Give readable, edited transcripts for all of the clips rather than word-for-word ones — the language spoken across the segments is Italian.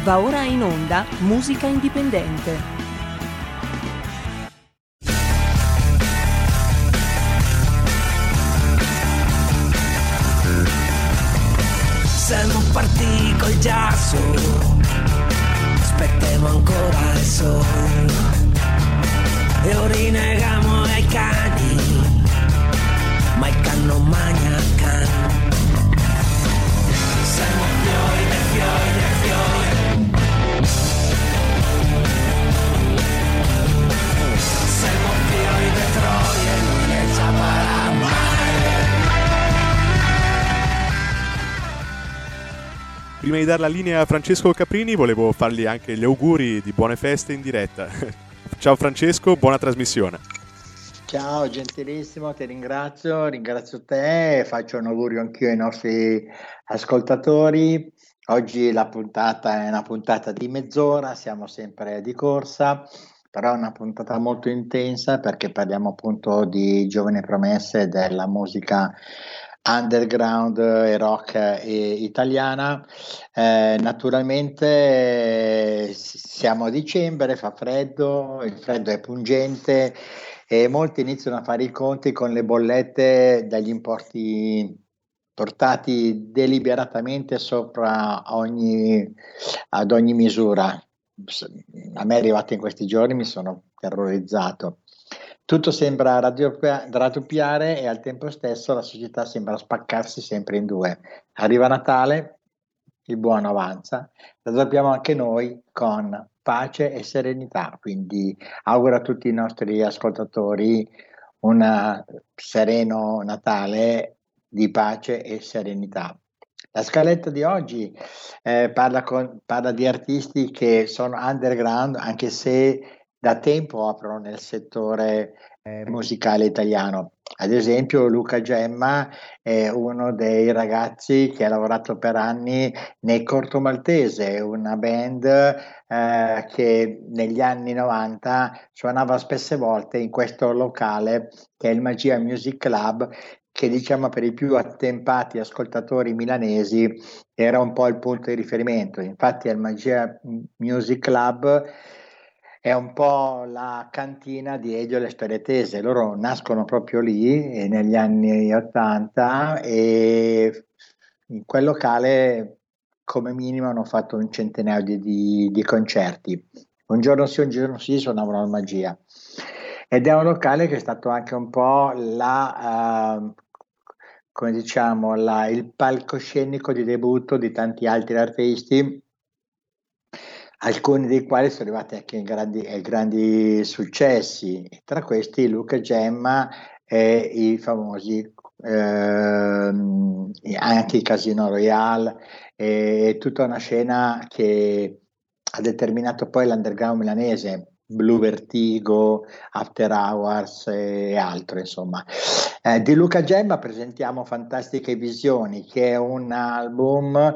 Va ora in onda Musica Indipendente. Siamo partiti col giasso, aspettiamo ancora il sole e orinegamo ai cani, ma il can non magna il can. Siamo fiori dei fiori dei fiori, siamo fiori dei troie, lui ne saprà mai. Prima di dare la linea a Francesco Caprini volevo fargli anche gli auguri di buone feste in diretta. Ciao Francesco, buona trasmissione. Ciao, gentilissimo, ti ringrazio te e faccio un augurio anch'io ai nostri ascoltatori. Oggi la puntata è una puntata di mezz'ora, siamo sempre di corsa, però è una puntata molto intensa perché parliamo appunto di giovani promesse della musica underground e rock italiana. Naturalmente siamo a dicembre, fa freddo, il freddo è pungente e molti iniziano a fare i conti con le bollette dagli importi portati deliberatamente sopra ad ogni misura. A me è arrivato in questi giorni, mi sono terrorizzato. Tutto sembra raddoppiare e al tempo stesso la società sembra spaccarsi sempre in due. Arriva Natale, il buono avanza, raddoppiamo anche noi con pace e serenità, quindi auguro a tutti i nostri ascoltatori un sereno Natale di pace e serenità. La scaletta di oggi parla di artisti che sono underground, anche se da tempo operano nel settore musicale italiano. Ad esempio Luca Gemma è uno dei ragazzi che ha lavorato per anni nei Corto Maltese, una band che negli anni 90 suonava spesse volte in questo locale che è il Magia Music Club, che diciamo per i più attempati ascoltatori milanesi era un po' il punto di riferimento. Infatti il Magia Music Club è un po' la cantina di Elio e le Storie Tese. Loro nascono proprio lì negli anni 80 e in quel locale come minimo hanno fatto un centinaio di concerti. Un giorno sì, un giorno sì suonavano al Magia. Ed è un locale che è stato anche un po' come diciamo, il palcoscenico di debutto di tanti altri artisti, alcuni dei quali sono arrivati anche in grandi successi, tra questi Luca Gemma e i famosi anche il Casino Royale e tutta una scena che ha determinato poi l'underground milanese, Blue Vertigo, After Hours e altro, insomma. Di Luca Gemma presentiamo Fantastiche Visioni, che è un album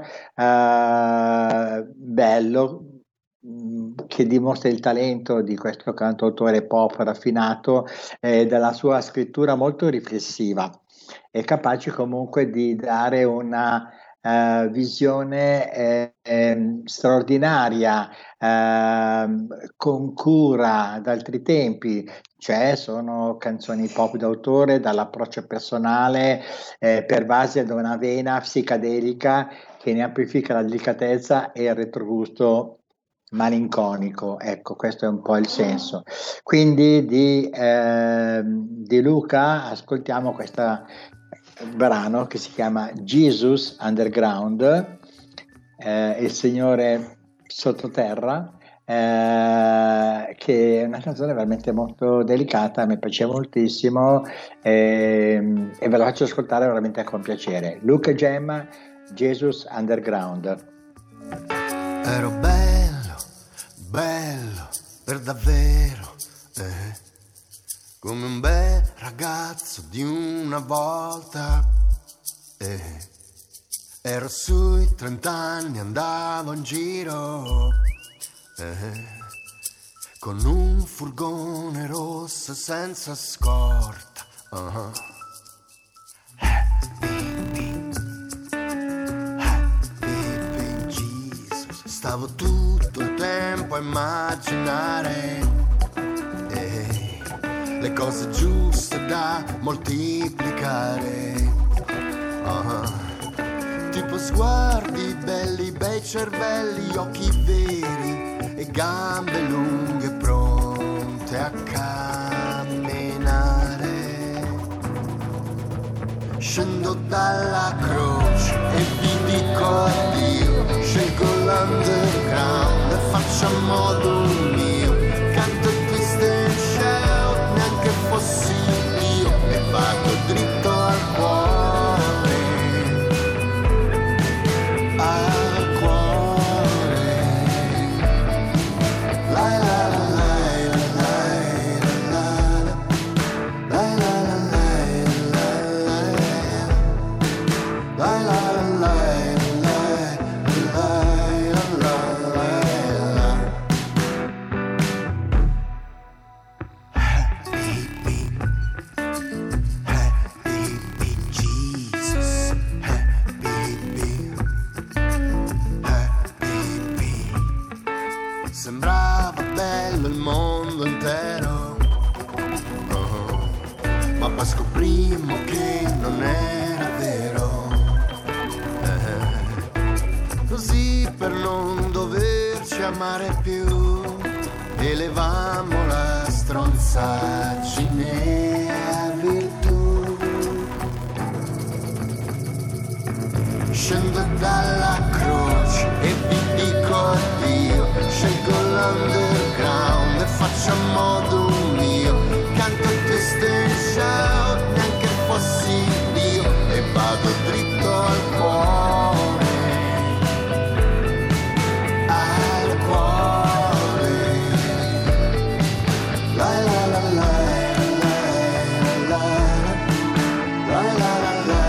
bello, che dimostra il talento di questo cantautore pop raffinato, dalla sua scrittura molto riflessiva e capace comunque di dare una visione straordinaria, con cura d'altri tempi, cioè sono canzoni pop d'autore dall'approccio personale, pervase da una vena psichedelica che ne amplifica la delicatezza e il retrogusto malinconico. Ecco, questo è un po' il senso. Quindi di Luca ascoltiamo questo brano che si chiama Jesus Underground, il Signore sottoterra, che è una canzone veramente molto delicata, mi piace moltissimo e ve la faccio ascoltare veramente con piacere. Luca Gemma, Jesus Underground. Ero bello, bello per davvero, come un bel ragazzo di una volta, ero sui 30 anni, andavo in giro, con un furgone rosso senza scorta, Stavo tutto il tempo a immaginare le cose giuste da moltiplicare. Tipo sguardi belli, bei cervelli, occhi veri e gambe lunghe pronte a camminare. Scendo dalla croce e vi dico addio, scelgo l'underground e faccio a modo mio, canto twist and shout, neanche fossi io, e vado dritto al cuore, al cuore. La la la la la la la la la. Sembrava bello il mondo intero, ma poi scoprimmo che non era vero. Così per non doverci amare più, elevammo la stronzaggine a virtù. Scendo dalla croce e vi dico addio, scelgo l'underground e faccio a modo mio, canto twist and shout, neanche fossi io, e vado dritto al cuore, al cuore. La la la la la la la la la.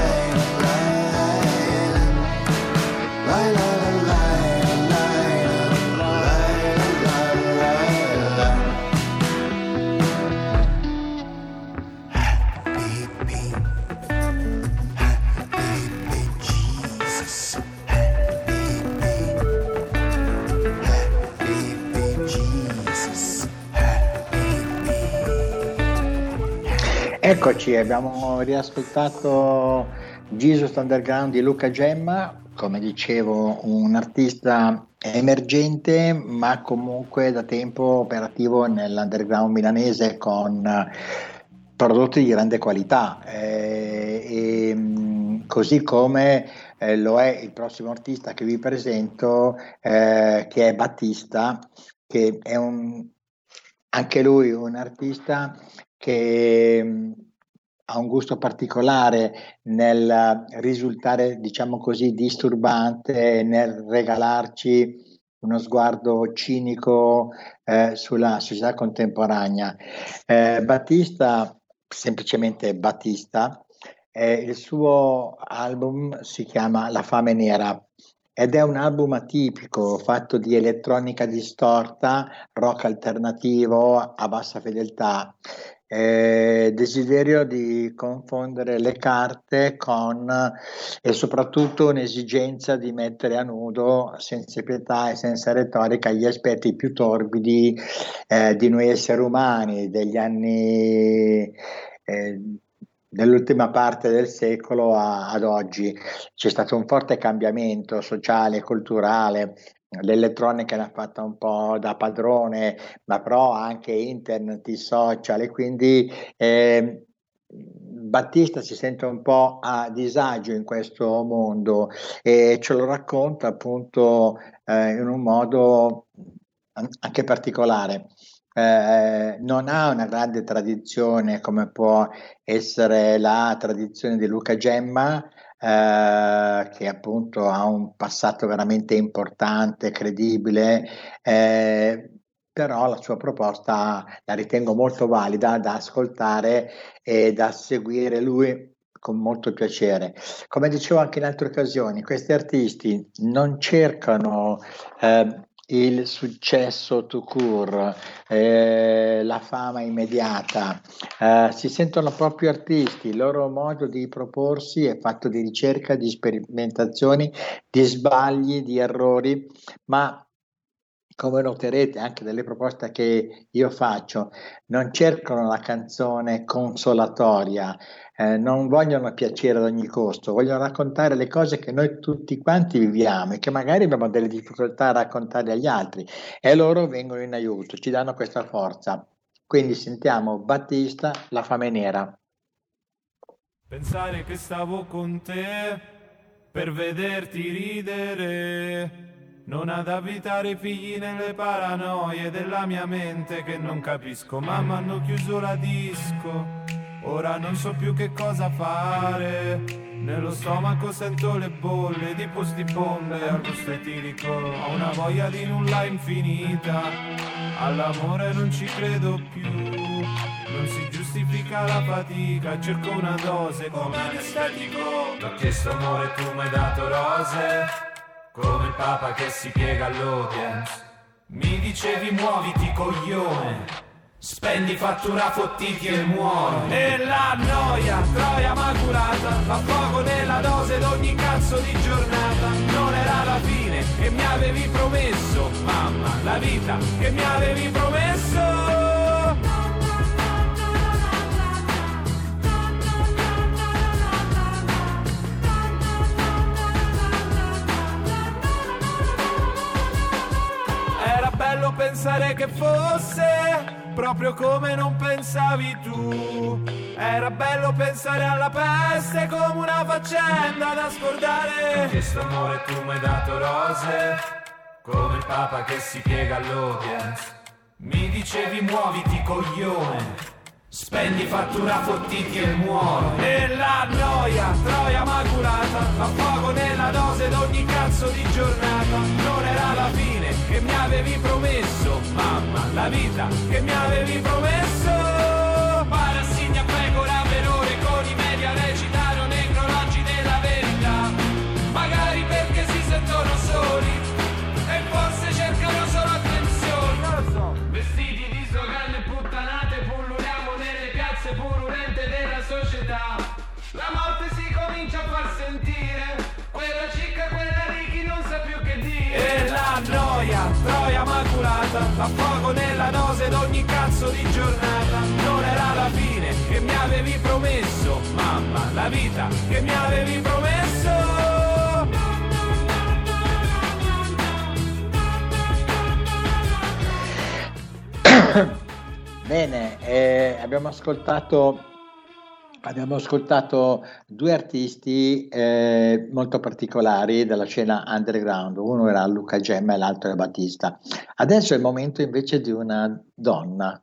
Eccoci, abbiamo riascoltato Jesus Underground di Luca Gemma, come dicevo un artista emergente ma comunque da tempo operativo nell'underground milanese con prodotti di grande qualità, così come lo è il prossimo artista che vi presento, che è Battista, che è anche lui un artista che ha un gusto particolare nel risultare, diciamo così, disturbante, nel regalarci uno sguardo cinico sulla società contemporanea. Battista, semplicemente Battista, il suo album si chiama La fame nera ed è un album atipico fatto di elettronica distorta, rock alternativo a bassa fedeltà. Desiderio di confondere le carte con e soprattutto un'esigenza di mettere a nudo senza pietà e senza retorica gli aspetti più torbidi di noi esseri umani degli anni dell'ultima parte del secolo ad oggi. C'è stato un forte cambiamento sociale e culturale. L'elettronica ne ha fatta un po' da padrone, ma però anche internet, i social, e quindi Battista si sente un po' a disagio in questo mondo e ce lo racconta appunto in un modo anche particolare. Non ha una grande tradizione come può essere la tradizione di Luca Gemma, che appunto ha un passato veramente importante, credibile, però la sua proposta la ritengo molto valida da ascoltare e da seguire lui con molto piacere. Come dicevo anche in altre occasioni, questi artisti non cercano il successo tout court, la fama immediata, si sentono proprio artisti, il loro modo di proporsi è fatto di ricerca, di sperimentazioni, di sbagli, di errori, ma come noterete anche dalle proposte che io faccio, non cercano la canzone consolatoria, non vogliono piacere ad ogni costo, vogliono raccontare le cose che noi tutti quanti viviamo e che magari abbiamo delle difficoltà a raccontare agli altri, e loro vengono in aiuto, ci danno questa forza. Quindi sentiamo Battista, La fame nera. Pensare che stavo con te per vederti ridere, non ad abitare i figli nelle paranoie della mia mente che non capisco. Mamma, hanno chiuso la disco, ora non so più che cosa fare. Nello stomaco sento le bolle di posti bombe al gusto etilico. Ho una voglia di nulla infinita, all'amore non ci credo più. Non si giustifica la fatica, cerco una dose come anestetico. T'ho chiesto amore, tu mi hai dato rose, come il papa che si piega all'audience. Mi dicevi muoviti coglione, spendi fattura, fottiti e muori. Nella noia, troia maculata, fa fuoco nella dose d'ogni cazzo di giornata. Non era la fine che mi avevi promesso, mamma, la vita che mi avevi promesso. Bello pensare che fosse proprio come non pensavi tu. Era bello pensare alla peste come una faccenda da scordare. Ho chiesto amore, tu mi hai dato rose, come il papa che si piega all'audience. Mi dicevi muoviti coglione, spendi fattura, fottiti e muori. Nella noia, troia maculata, fa fuoco nella dose d'ogni cazzo di giornata. Non era la fine che mi avevi promesso, mamma, la vita che mi avevi promesso. Parassini a pecora per ore con i media recitano necrologi della verità. Magari perché si sentono soli e forse cercano solo attenzione. Non lo so. Vestiti di slogan e puttanate, pulluliamo nelle piazze purulente della società. La morte si comincia a far sentire, quella cicca, quella lì, chi non sa più che dire. E la noia, troia maculata, fa fuoco nella dose d'ogni cazzo di giornata. Non era la fine che mi avevi promesso, mamma, la vita che mi avevi promesso. Bene, abbiamo ascoltato due artisti molto particolari della scena underground. Uno era Luca Gemma e l'altro era Battista. Adesso è il momento invece di una donna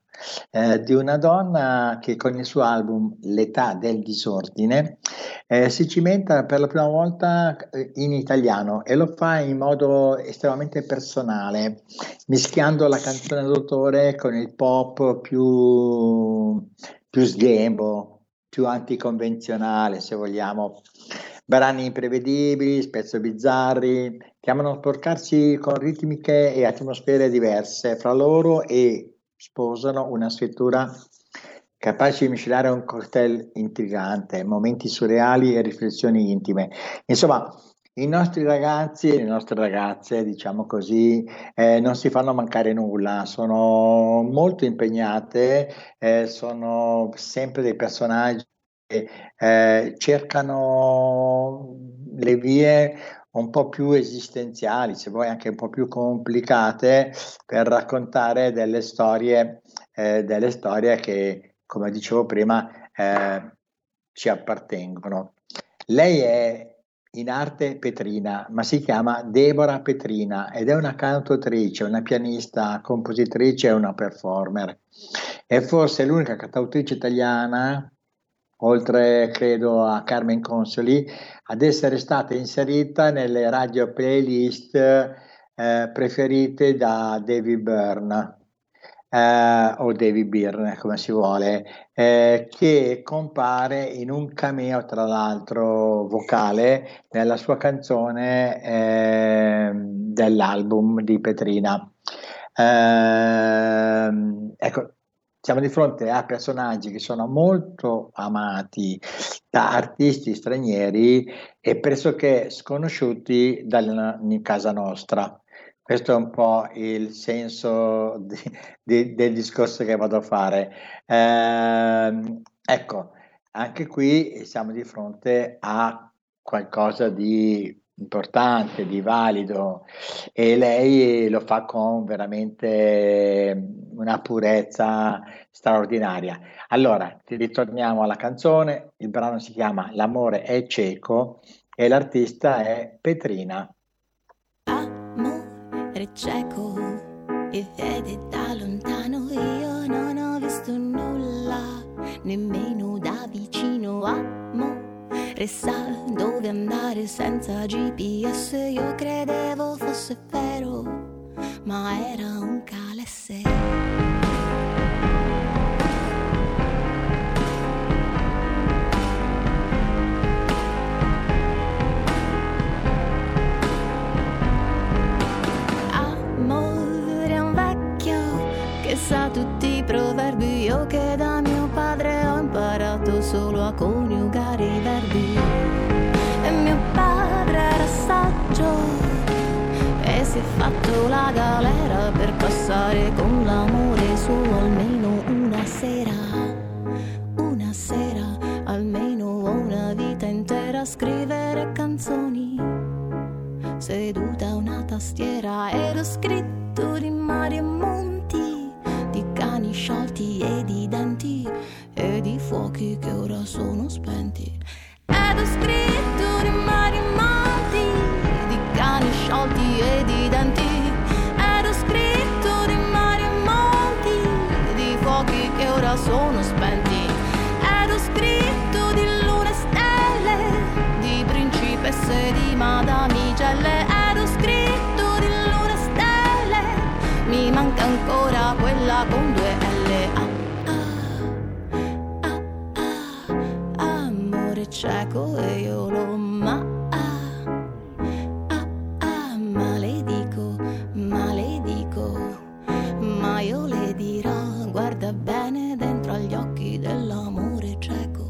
che con il suo album L'età del disordine si cimenta per la prima volta in italiano e lo fa in modo estremamente personale, mischiando la canzone d'autore con il pop più sghembo, più anticonvenzionale, se vogliamo. Brani imprevedibili, spesso bizzarri, che amano sporcarsi con ritmiche e atmosfere diverse fra loro e sposano una scrittura capace di miscelare un cocktail intrigante, momenti surreali e riflessioni intime. Insomma, i nostri ragazzi e le nostre ragazze, diciamo così, non si fanno mancare nulla, sono molto impegnate, sono sempre dei personaggi che cercano le vie un po' più esistenziali, se vuoi anche un po' più complicate, per raccontare delle storie che, come dicevo prima, ci appartengono. Lei è in arte Petrina, ma si chiama Deborah Petrina ed è una cantautrice, una pianista, compositrice e una performer. È forse l'unica cantautrice italiana, oltre credo a Carmen Consoli, ad essere stata inserita nelle radio playlist preferite da David Byrne. O David Byrne, come si vuole, che compare in un cameo, tra l'altro vocale, nella sua canzone dell'album di Petrina. Ecco, siamo di fronte a personaggi che sono molto amati da artisti stranieri e pressoché sconosciuti in casa nostra. Questo è un po' il senso del discorso che vado a fare. Ecco, anche qui siamo di fronte a qualcosa di importante, di valido, e lei lo fa con veramente una purezza straordinaria. Allora, ritorniamo alla canzone, il brano si chiama L'amore è cieco e l'artista è Petrina. Amore cieco e vedi da lontano, io non ho visto nulla, nemmeno da vicino. Amore sa dove andare senza GPS, io credevo fosse vero, ma era un calesse. Sa tutti i proverbi, io che da mio padre ho imparato solo a coniugare i verbi. E mio padre era saggio e si è fatto la galera per passare con l'amore solo almeno una sera, almeno una vita intera a scrivere canzoni, seduta a una tastiera, ed ho scritto di mari e monti, di cani sciolti e di denti e di fuochi che ora sono spenti. Ed ho scritto di mari e monti, di cani sciolti e di denti. Ed ho scritto di mari e monti, di fuochi che ora sono spenti. Ed ho scritto di lune e stelle, di principesse e di madamigelle. Ed ho scritto di lune e stelle, mi manca ancora quella con due L. Amore cieco e io lo maledico, ma io le dirò, guarda bene dentro agli occhi dell'amore cieco.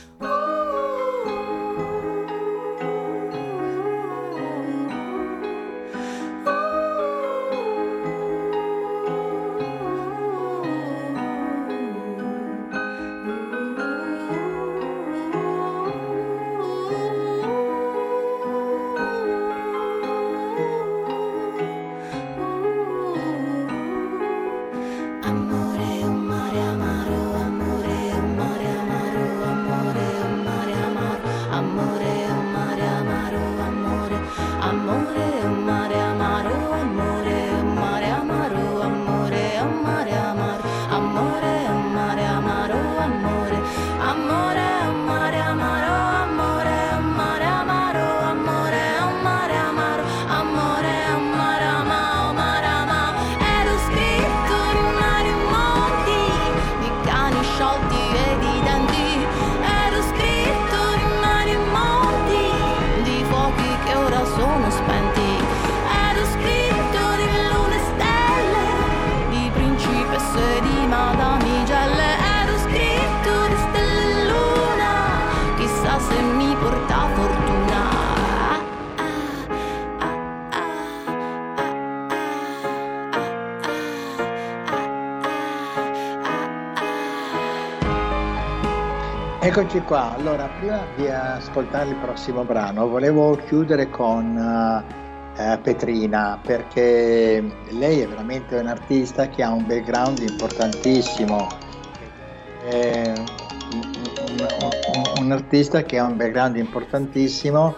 Eccoci qua, allora prima di ascoltare il prossimo brano volevo chiudere con Petrina, perché lei è veramente un artista che ha un background importantissimo, un artista che ha un background importantissimo,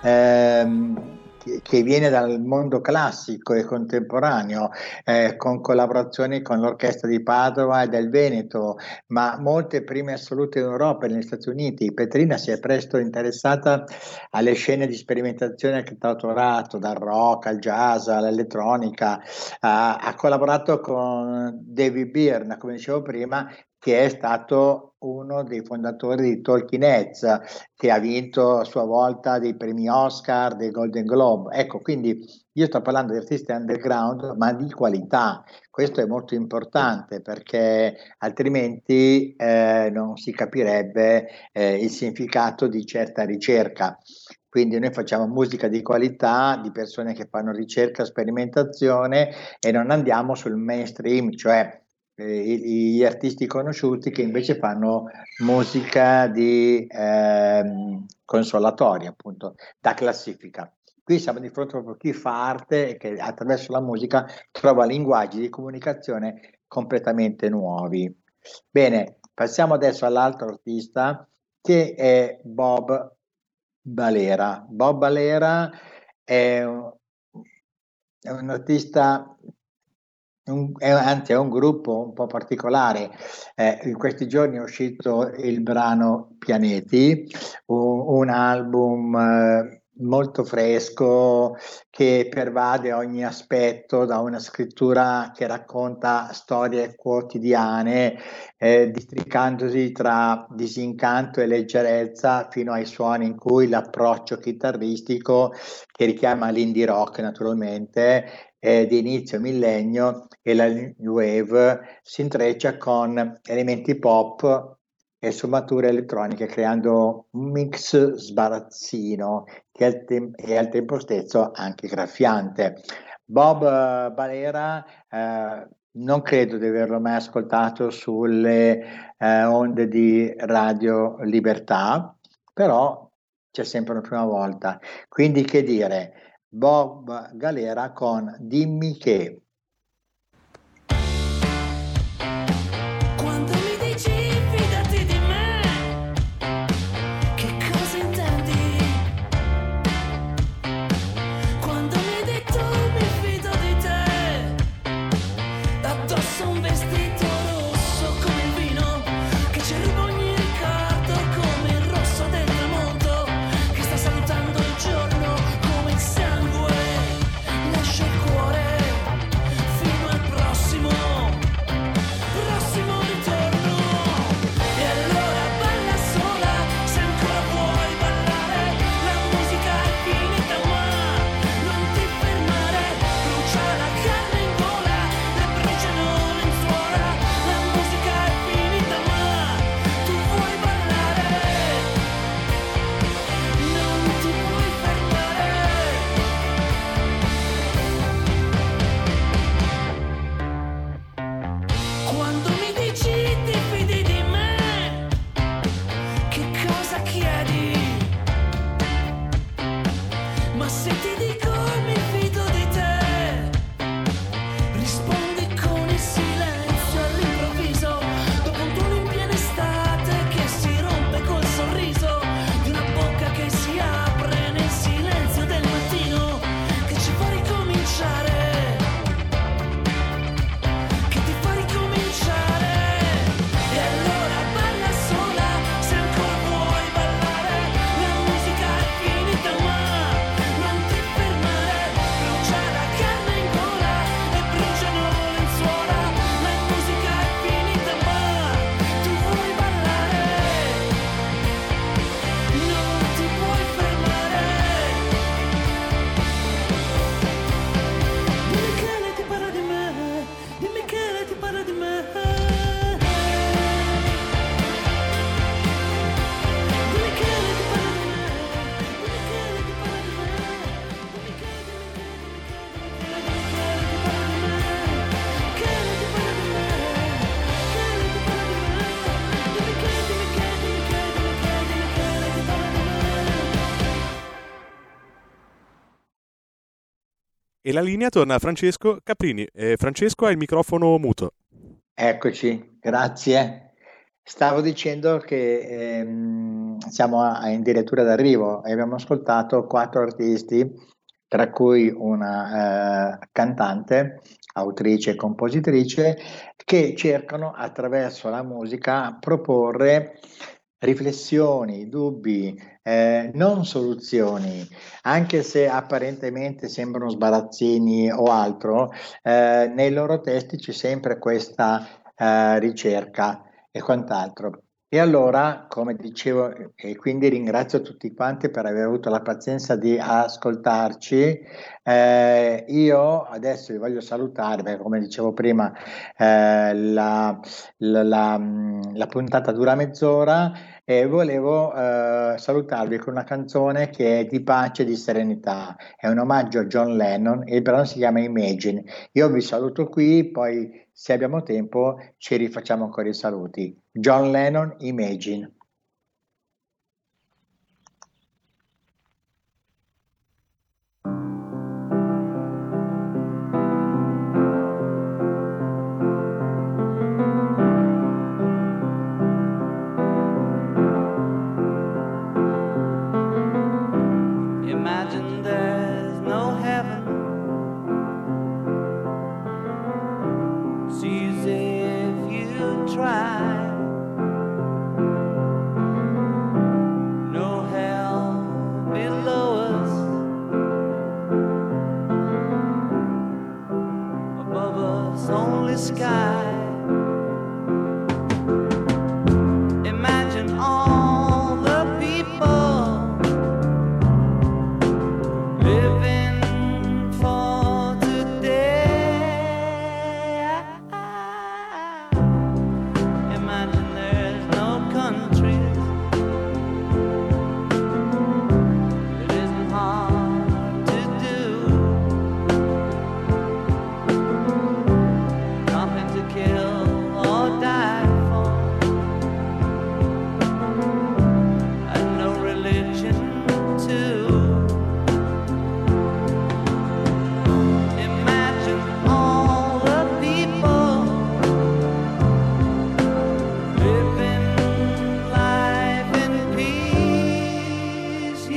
che viene dal mondo classico e contemporaneo, con collaborazioni con l'Orchestra di Padova e del Veneto, ma molte prime assolute in Europa e negli Stati Uniti. Petrina si è presto interessata alle scene di sperimentazione e cantautorato, dal rock al jazz all'elettronica. Ha collaborato con David Byrne, come dicevo prima, che è stato uno dei fondatori di Talking Heads, che ha vinto a sua volta dei premi Oscar, dei Golden Globe. Ecco, quindi io sto parlando di artisti underground, ma di qualità. Questo è molto importante, perché altrimenti non si capirebbe il significato di certa ricerca. Quindi noi facciamo musica di qualità, di persone che fanno ricerca, sperimentazione e non andiamo sul mainstream, cioè gli artisti conosciuti che invece fanno musica di consolatoria, appunto, da classifica. Qui siamo di fronte a chi fa arte e che attraverso la musica trova linguaggi di comunicazione completamente nuovi. Bene, passiamo adesso all'altro artista che è Bob Balera. Bob Balera è un artista, anzi è un gruppo un po' particolare. In questi giorni è uscito il brano Pianeti, un album molto fresco che pervade ogni aspetto, da una scrittura che racconta storie quotidiane, districandosi tra disincanto e leggerezza fino ai suoni in cui l'approccio chitarristico, che richiama l'indie rock naturalmente, di inizio millennio, e la new wave si intreccia con elementi pop e sfumature elettroniche, creando un mix sbarazzino che è al tempo stesso anche graffiante. Bob Balera non credo di averlo mai ascoltato sulle onde di Radio Libertà, però c'è sempre una prima volta. Quindi che dire, Bob Galera con Dimmi che. Quando mi dici fidati di me, che cosa intendi? Quando mi hai detto mi fido di te, addosso un vestito rosso come il vino, che ci ruba ogni ricordo come il rosso del tramonto, che sta salutando il giorno come il sangue, lascia il cuore fino al prossimo ritorno. E allora balla sola, se ancora vuoi ballare, la musica è finita ma non ti fermare, brucia la carne in gola, le bruciano lenzuola, la musica è finita ma tu vuoi ballare, non ti puoi fermare. Quando mi dici ti fidi di me, che cosa chiedi? Ma se ti dico mi fido di te, rispondi con il silenzio all'improvviso, dopo un tono in piena estate che si rompe col sorriso di una bocca che si apre nel silenzio del mattino, che ci fa ricominciare, che ti fa ricominciare. E allora balla sola, se ancora vuoi ballare, la musica è finita ma non ti fermare, brucia la carne in gola e bruciano lenzuola, la musica è finita ma tu vuoi ballare, non ti puoi fermare. Dimmi che lei ti parla di me, dimmi che lei ti parla di me. Dimmi che lei ti parla di me, dimmi che lei ti parla di me, dimmi che lei ti parla di me, che lei ti parla di me, che lei ti parla di me, dimmi che lei ti parla di me. E la linea torna a Francesco Caprini. Francesco ha il microfono muto. Eccoci, grazie. Stavo dicendo che siamo in dirittura d'arrivo e abbiamo ascoltato 4 artisti, tra cui una cantante, autrice e compositrice, che cercano attraverso la musica proporre riflessioni, dubbi, non soluzioni, anche se apparentemente sembrano sbarazzini o altro, nei loro testi c'è sempre questa ricerca e quant'altro. E allora, come dicevo, e quindi ringrazio tutti quanti per aver avuto la pazienza di ascoltarci. Io adesso vi voglio salutare perché, come dicevo prima, la puntata dura mezz'ora e volevo salutarvi con una canzone che è di pace e di serenità. È un omaggio a John Lennon e il brano si chiama Imagine. Io vi saluto qui, poi se abbiamo tempo ci rifacciamo ancora i saluti. John Lennon, Imagine. Imagine there's no heaven. It's easy if you try. No hell below us. Above us only sky. Imagine all the people living for today. Imagine there's no countries. It isn't hard to do. Nothing to kill or die for. And no religion too. Imagine all the people living life in peace.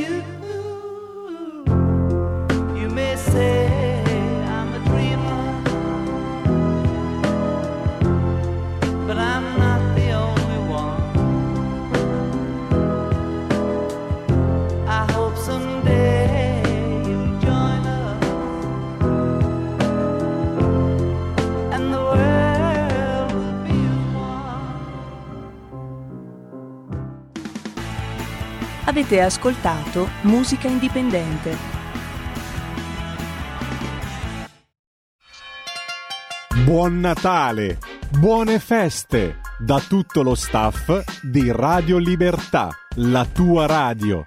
You may say I'm a dreamer, but I'm not the only one. I hope someday you'll join us and the world will be one. Avete ascoltato Musica Indipendente. Buon Natale, buone feste da tutto lo staff di Radio Libertà, la tua radio.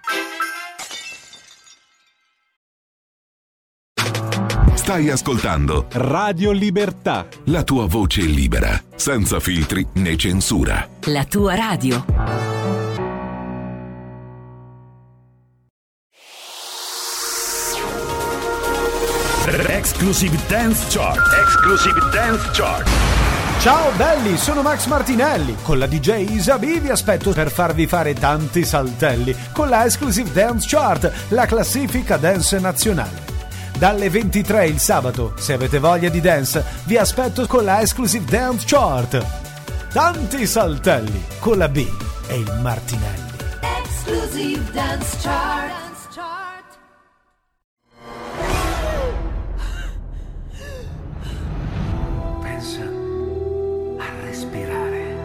Stai ascoltando Radio Libertà. la tua voce libera, senza filtri né censura. La tua radio. Exclusive Dance Chart. Exclusive Dance Chart. Ciao belli, sono Max Martinelli. Con la DJ Isabi vi aspetto per farvi fare tanti saltelli con la Exclusive Dance Chart, la classifica dance nazionale. Dalle 23 il sabato, se avete voglia di dance, vi aspetto con la Exclusive Dance Chart. Tanti saltelli con la B e il Martinelli. Exclusive Dance Chart. Pensa a respirare.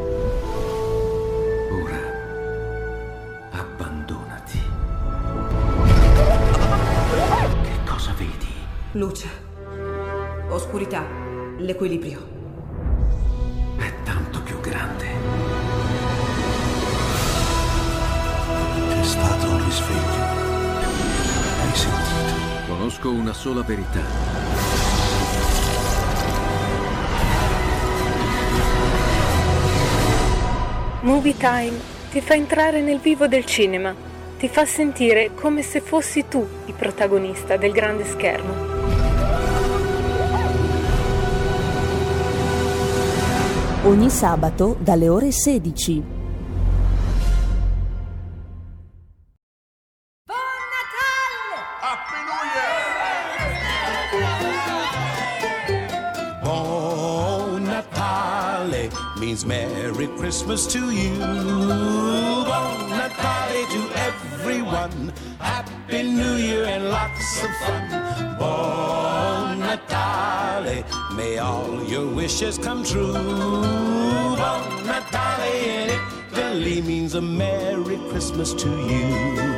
Ora abbandonati. Che cosa vedi? Luce, oscurità, l'equilibrio. È tanto più grande. C'è stato un risveglio. Hai sentito? Conosco una sola verità. Movie Time ti fa entrare nel vivo del cinema, ti fa sentire come se fossi tu il protagonista del grande schermo. Ogni sabato dalle ore 16. Buon Natale means Merry Christmas to you. Buon Natale to everyone. Happy New Year and lots of fun. Buon Natale, may all your wishes come true. Buon Natale and it Italy means a Merry Christmas to you.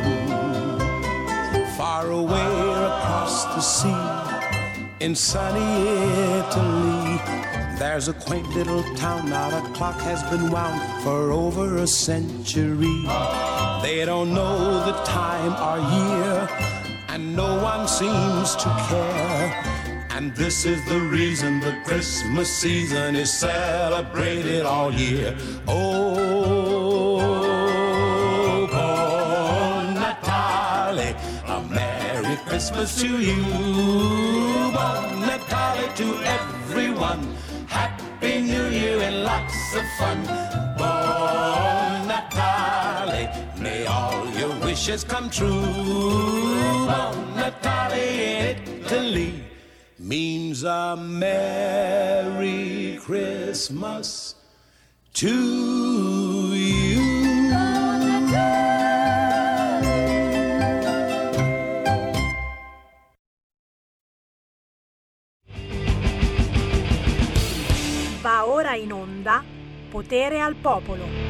Far away across the sea, in sunny Italy, there's a quaint little town. Now the clock has been wound for over a century. They don't know the time or year, and no one seems to care. And this is the reason the Christmas season is celebrated all year. Oh, Buon Natale, a Merry Christmas to you. Buon Natale to everyone. Happy New Year and lots of fun. Buon Natale, may all your wishes come true. Buon Natale in Italy means a Merry Christmas to you. Va ora in onda Potere al Popolo.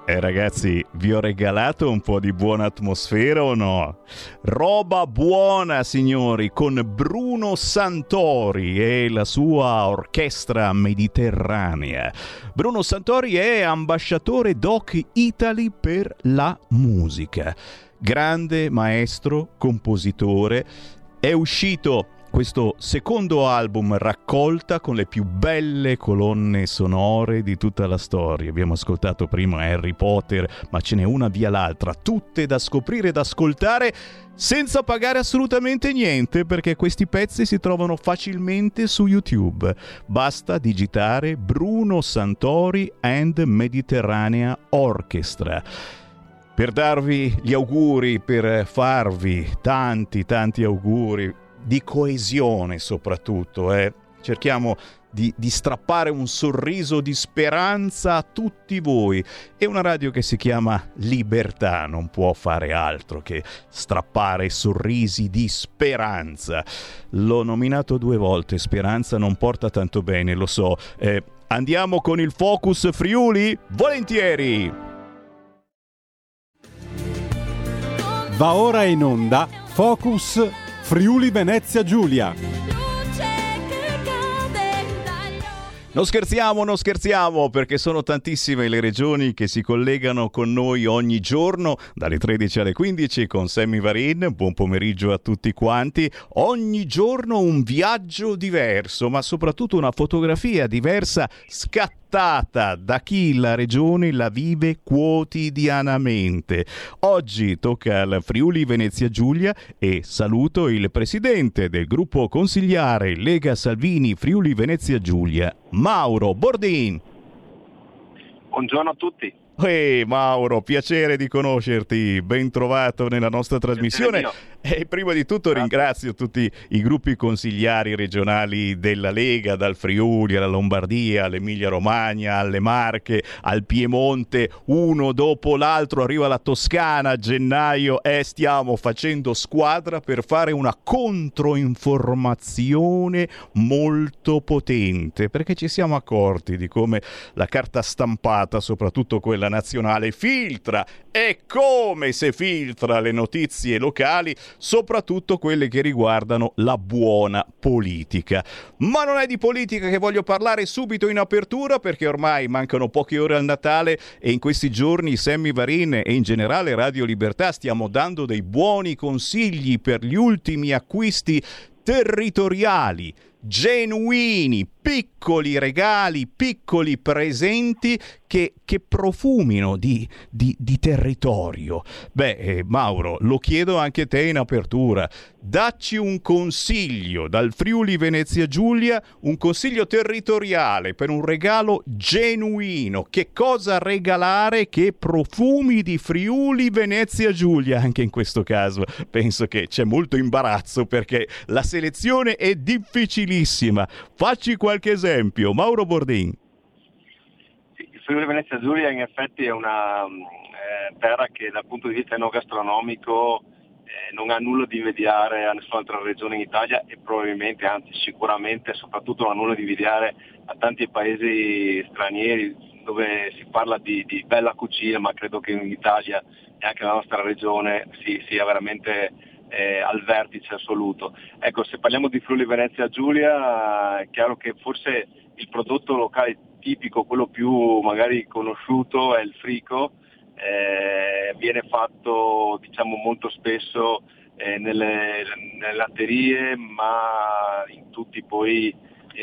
Ragazzi, vi ho regalato un po' di buona atmosfera o no? Roba buona, signori, con Bruno Santori e la sua orchestra mediterranea. Bruno Santori è ambasciatore Doc Italy per la musica. Grande maestro, compositore. È uscito questo secondo album raccolta con le più belle colonne sonore di tutta la storia. Abbiamo ascoltato prima Harry Potter, ma ce n'è una via l'altra, tutte da scoprire e da ascoltare senza pagare assolutamente niente, perché questi pezzi si trovano facilmente su YouTube. Basta digitare Bruno Santori and Mediterranea Orchestra. Per darvi gli auguri, per farvi tanti auguri di coesione soprattutto, cerchiamo di strappare un sorriso di speranza a tutti voi, e una radio che si chiama Libertà non può fare altro che strappare sorrisi di speranza. L'ho nominato 2 volte, speranza non porta tanto bene, lo so. Andiamo con il Focus Friuli? Volentieri! Va ora in onda Focus Friuli Venezia Giulia. Non scherziamo, perché sono tantissime le regioni che si collegano con noi ogni giorno, dalle 13 alle 15 con Sammy Varin. Buon pomeriggio a tutti quanti. Ogni giorno un viaggio diverso, ma soprattutto una fotografia diversa, scattata da chi la regione la vive quotidianamente. Oggi tocca al Friuli Venezia Giulia e saluto il presidente del gruppo consigliare Lega Salvini Friuli Venezia Giulia, Mauro Bordin. Buongiorno a tutti. Mauro, piacere di conoscerti, ben trovato nella nostra trasmissione. E prima di tutto ringrazio tutti i gruppi consigliari regionali della Lega, dal Friuli alla Lombardia, all'Emilia Romagna, alle Marche, al Piemonte, uno dopo l'altro arriva la Toscana a gennaio, e stiamo facendo squadra per fare una controinformazione molto potente, perché ci siamo accorti di come la carta stampata, soprattutto quella nazionale, filtra, e come se filtra le notizie locali, soprattutto quelle che riguardano la buona politica. Ma non è di politica che voglio parlare subito in apertura, perché ormai mancano poche ore al Natale e in questi giorni Sammy Varin e in generale Radio Libertà stiamo dando dei buoni consigli per gli ultimi acquisti territoriali, genuini, piccoli regali, piccoli presenti che profumino di territorio. Mauro, lo chiedo anche a te in apertura. Dacci un consiglio dal Friuli Venezia Giulia, un consiglio territoriale per un regalo genuino. Che cosa regalare che profumi di Friuli Venezia Giulia? Anche in questo caso penso che c'è molto imbarazzo, perché la selezione è difficilissima. Facci qualche esempio, Mauro Bordin. Il Friuli Venezia Giulia in effetti è una terra che dal punto di vista enogastronomico non ha nulla di invidiare a nessun'altra regione in Italia, e probabilmente, anzi sicuramente, soprattutto non ha nulla di invidiare a tanti paesi stranieri dove si parla di bella cucina, ma credo che in Italia e anche nella nostra regione sia veramente al vertice assoluto. Ecco, se parliamo di Friuli Venezia Giulia, è chiaro che forse il prodotto locale tipico, quello più magari conosciuto, è il frico. Viene fatto molto spesso nelle latterie, ma in tutti poi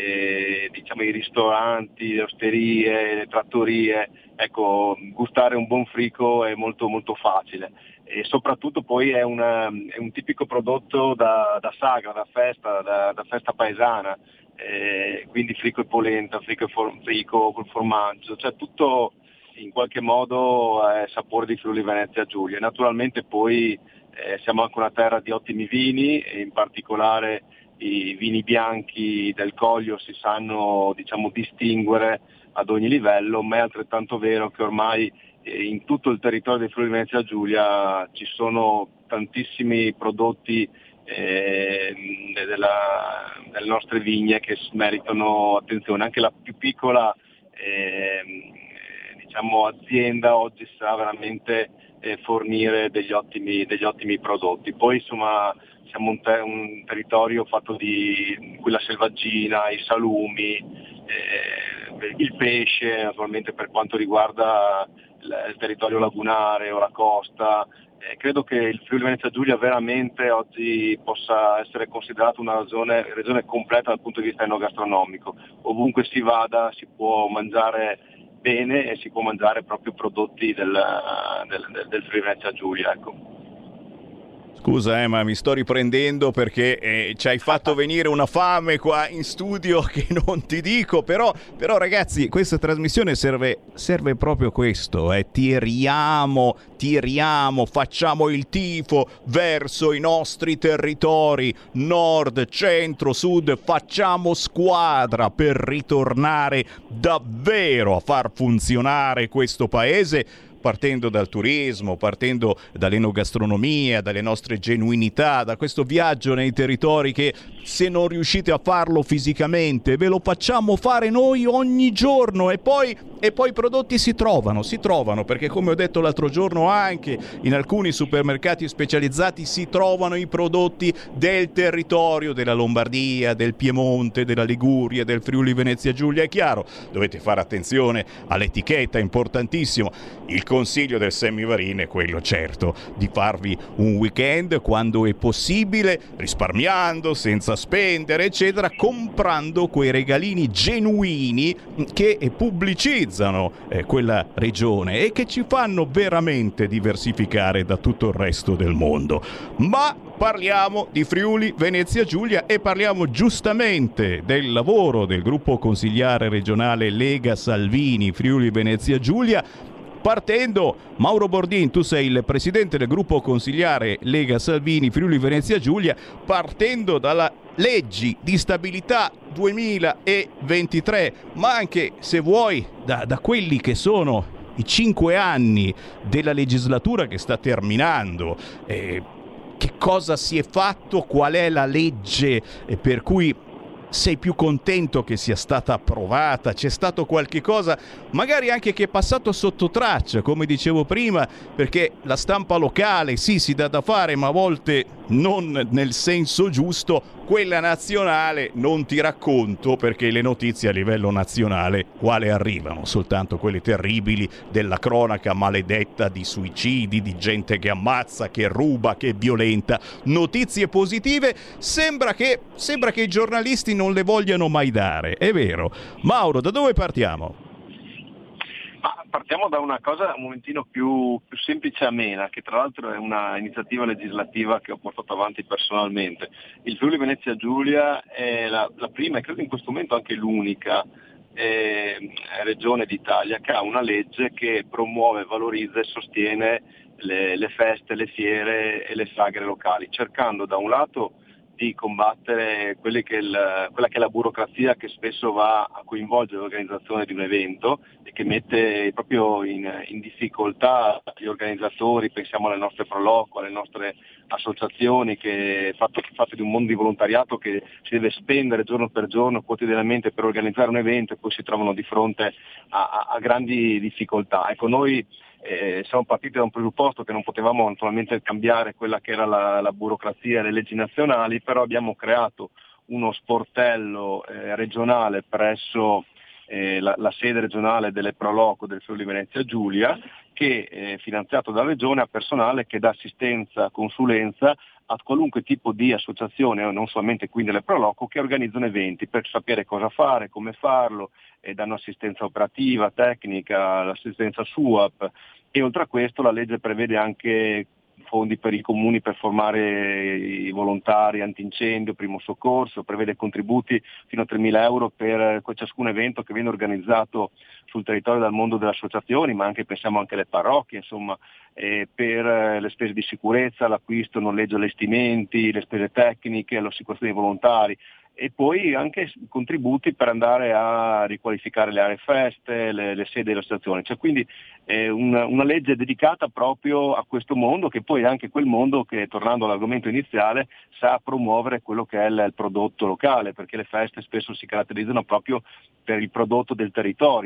i ristoranti, le osterie, le trattorie. Ecco, gustare un buon frico è molto molto facile, e soprattutto poi è un tipico prodotto da sagra, da festa paesana, quindi frico e polenta, frico col formaggio, cioè tutto in qualche modo è sapore di Friuli Venezia Giulia. Naturalmente poi siamo anche una terra di ottimi vini, e in particolare i vini bianchi del Coglio si sanno distinguere ad ogni livello, ma è altrettanto vero che ormai in tutto il territorio di Friuli Venezia Giulia ci sono tantissimi prodotti delle nostre vigne che meritano attenzione. Anche la più piccola azienda oggi sa veramente fornire degli ottimi prodotti. Poi insomma siamo un territorio fatto in cui la selvaggina, i salumi, il pesce, naturalmente per quanto riguarda il territorio lagunare o la costa. Credo che il Friuli Venezia Giulia veramente oggi possa essere considerato una regione completa dal punto di vista enogastronomico. Ovunque si vada si può mangiare bene e si può mangiare proprio prodotti del Friuli Venezia Giulia, ecco. Scusa, ma mi sto riprendendo perché ci hai fatto venire una fame qua in studio che non ti dico, però ragazzi, questa trasmissione serve proprio questo, tiriamo, facciamo il tifo verso i nostri territori, nord, centro, sud, facciamo squadra per ritornare davvero a far funzionare questo paese, partendo dal turismo, partendo dall'enogastronomia, dalle nostre genuinità, da questo viaggio nei territori che, se non riuscite a farlo fisicamente, ve lo facciamo fare noi ogni giorno, e poi i prodotti si trovano, perché come ho detto l'altro giorno, anche in alcuni supermercati specializzati si trovano i prodotti del territorio, della Lombardia, del Piemonte, della Liguria, del Friuli Venezia Giulia. È chiaro, dovete fare attenzione all'etichetta, importantissimo. Il consiglio del Semivarin è quello, certo, di farvi un weekend quando è possibile, risparmiando, senza spendere, eccetera, comprando quei regalini genuini che pubblicizzano quella regione e che ci fanno veramente diversificare da tutto il resto del mondo. Ma parliamo di Friuli Venezia Giulia e parliamo giustamente del lavoro del gruppo consigliare regionale Lega Salvini Friuli Venezia Giulia. Partendo, Mauro Bordin, tu sei il presidente del gruppo consigliare Lega Salvini Friuli Venezia Giulia, partendo dalla leggi di stabilità 2023, ma anche, se vuoi, da quelli che sono i 5 anni della legislatura che sta terminando. Che cosa si è fatto? Qual è la legge per cui sei più contento che sia stata approvata? C'è stato qualche cosa magari anche che è passato sotto traccia, come dicevo prima, perché la stampa locale sì, si dà da fare, ma a volte non nel senso giusto. Quella nazionale non ti racconto, perché le notizie a livello nazionale quale arrivano? Soltanto quelle terribili della cronaca maledetta di suicidi, di gente che ammazza, che ruba, che è violenta. Notizie positive sembra che i giornalisti non le vogliano mai dare, è vero. Mauro, da dove partiamo? Ma partiamo da una cosa un momentino più semplice e amena, che tra l'altro è una iniziativa legislativa che ho portato avanti personalmente. Il Friuli Venezia Giulia è la prima, e credo in questo momento anche l'unica regione d'Italia che ha una legge che promuove, valorizza e sostiene le feste, le fiere e le sagre locali, cercando da un lato di combattere quella che è la burocrazia che spesso va a coinvolgere l'organizzazione di un evento e che mette proprio in difficoltà gli organizzatori. Pensiamo alle nostre Proloco, alle nostre associazioni, che fatte di un mondo di volontariato che si deve spendere giorno per giorno, quotidianamente, per organizzare un evento, e poi si trovano di fronte a grandi difficoltà. Ecco, noi siamo partiti da un presupposto che non potevamo naturalmente cambiare quella che era la burocrazia e le leggi nazionali, però abbiamo creato uno sportello regionale presso la sede regionale delle Proloco del Friuli Venezia Giulia, che è finanziato dalla regione, a personale che dà assistenza, consulenza a qualunque tipo di associazione, non solamente quindi le Proloco, che organizzano eventi per sapere cosa fare, come farlo, e danno assistenza operativa, tecnica, l'assistenza SUAP, e oltre a questo la legge prevede anche fondi per i comuni per formare i volontari antincendio, primo soccorso, prevede contributi fino a 3.000 euro per ciascun evento che viene organizzato sul territorio dal mondo delle associazioni, ma anche pensiamo anche alle parrocchie, insomma, per le spese di sicurezza, l'acquisto, noleggio, allestimenti, le spese tecniche, l'assicurazione dei volontari. E poi anche contributi per andare a riqualificare le aree feste, le sedi delle associazioni. Cioè, quindi una legge dedicata proprio a questo mondo, che poi è anche quel mondo che, tornando all'argomento iniziale, sa promuovere quello che è il prodotto locale, perché le feste spesso si caratterizzano proprio per il prodotto del territorio.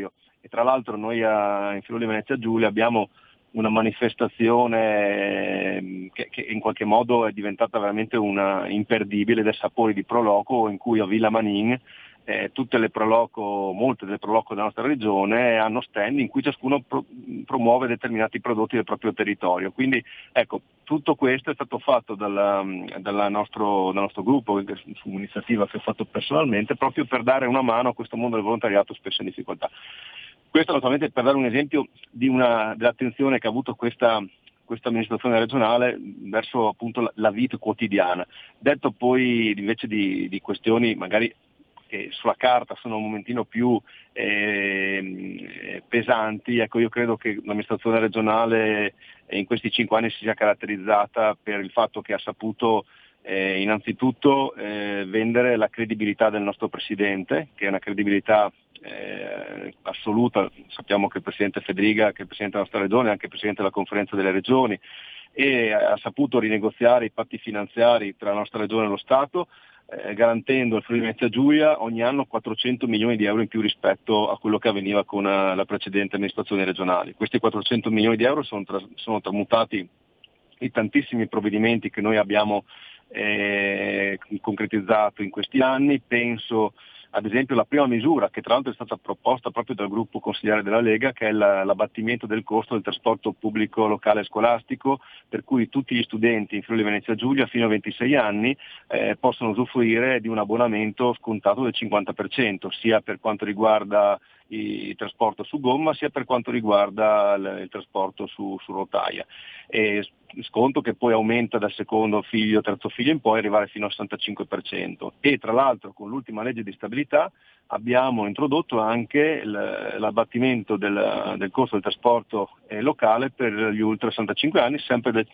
E tra l'altro noi in Friuli Venezia Giulia abbiamo una manifestazione che in qualche modo è diventata veramente una imperdibile, del Sapori di Proloco, in cui a Villa Manin molte delle Proloco della nostra regione hanno stand in cui ciascuno promuove determinati prodotti del proprio territorio. Quindi ecco, tutto questo è stato fatto dal nostro gruppo, su un'iniziativa che ho fatto personalmente, proprio per dare una mano a questo mondo del volontariato spesso in difficoltà. Questo naturalmente per dare un esempio dell'attenzione che ha avuto questa amministrazione regionale verso appunto la vita quotidiana. Detto poi invece di questioni magari che sulla carta sono un momentino più pesanti, ecco, io credo che l'amministrazione regionale in questi 5 anni si sia caratterizzata per il fatto che ha saputo innanzitutto vendere la credibilità del nostro Presidente, che è una credibilità assoluta. Sappiamo che il Presidente Fedriga, che è il Presidente della nostra Regione, è anche il Presidente della Conferenza delle Regioni, e ha saputo rinegoziare i patti finanziari tra la nostra Regione e lo Stato, garantendo al Friuli Venezia Giulia ogni anno 400 milioni di euro in più rispetto a quello che avveniva con la precedente amministrazione regionale. Questi 400 milioni di euro sono tramutati in tantissimi provvedimenti che noi abbiamo concretizzato in questi anni. Penso ad esempio alla prima misura, che tra l'altro è stata proposta proprio dal gruppo consigliare della Lega, che è l'abbattimento del costo del trasporto pubblico locale scolastico, per cui tutti gli studenti in Friuli Venezia Giulia fino a 26 anni possono usufruire di un abbonamento scontato del 50%, sia per quanto riguarda il trasporto su gomma, sia per quanto riguarda il trasporto su rotaia. E sconto che poi aumenta dal secondo figlio, terzo figlio in poi, arrivare fino al 65%. E tra l'altro con l'ultima legge di stabilità abbiamo introdotto anche l'abbattimento del costo del trasporto locale per gli ultra 65 anni, sempre del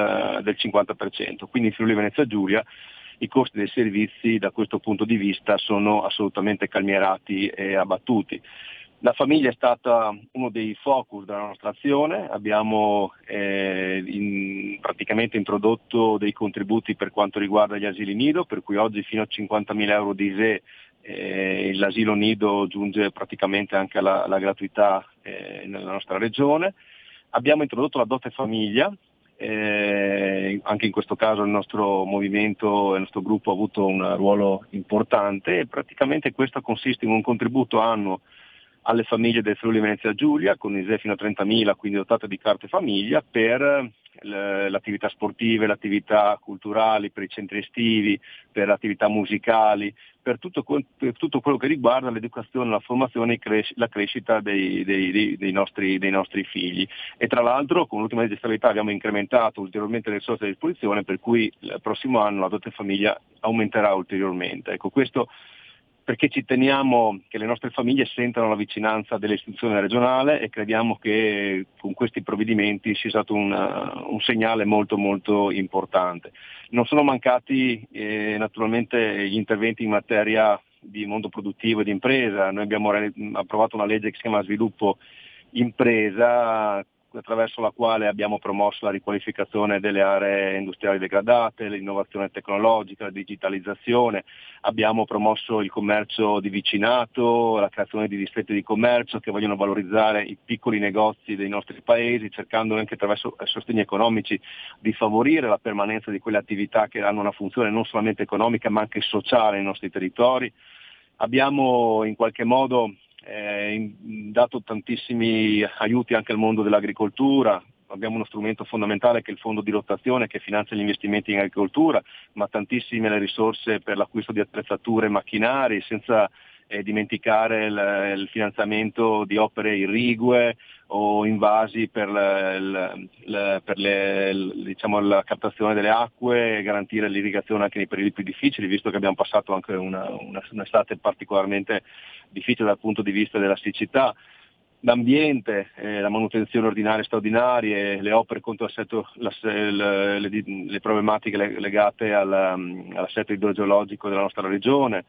50%. Quindi in Friuli Venezia Giulia i costi dei servizi da questo punto di vista sono assolutamente calmierati e abbattuti. La famiglia è stata uno dei focus della nostra azione, abbiamo praticamente introdotto dei contributi per quanto riguarda gli asili nido, per cui oggi fino a 50.000 euro di ISEE l'asilo nido giunge praticamente anche alla gratuità nella nostra regione. Abbiamo introdotto la dote famiglia. Anche in questo caso il nostro movimento, il nostro gruppo ha avuto un ruolo importante, e praticamente questo consiste in un contributo annuo alle famiglie del Friuli Venezia Giulia con ISEE fino a 30.000, quindi dotate di carte famiglia, per le attività sportive, le attività culturali, per i centri estivi, per le attività musicali, per tutto quello che riguarda l'educazione, la formazione e la crescita dei nostri figli. E tra l'altro con l'ultima legge di stabilità abbiamo incrementato ulteriormente le risorse a disposizione, per cui il prossimo anno la dote famiglia aumenterà ulteriormente. Ecco, questo perché ci teniamo che le nostre famiglie sentano la vicinanza dell'istituzione regionale, e crediamo che con questi provvedimenti sia stato un segnale molto molto importante. Non sono mancati naturalmente gli interventi in materia di mondo produttivo e di impresa. Noi abbiamo approvato una legge che si chiama Sviluppo Impresa, attraverso la quale abbiamo promosso la riqualificazione delle aree industriali degradate, l'innovazione tecnologica, la digitalizzazione, abbiamo promosso il commercio di vicinato, la creazione di distretti di commercio che vogliono valorizzare i piccoli negozi dei nostri paesi, cercando anche attraverso sostegni economici di favorire la permanenza di quelle attività che hanno una funzione non solamente economica ma anche sociale nei nostri territori. Abbiamo in qualche modo dato tantissimi aiuti anche al mondo dell'agricoltura. Abbiamo uno strumento fondamentale che è il fondo di rotazione, che finanzia gli investimenti in agricoltura, ma tantissime le risorse per l'acquisto di attrezzature e macchinari, senza dimenticare il finanziamento di opere irrigue o invasi per la captazione delle acque e garantire l'irrigazione anche nei periodi più difficili, visto che abbiamo passato anche un'estate particolarmente difficile dal punto di vista della siccità. L'ambiente, la manutenzione ordinaria e straordinarie, le opere contro le problematiche legate all'assetto idrogeologico della nostra regione,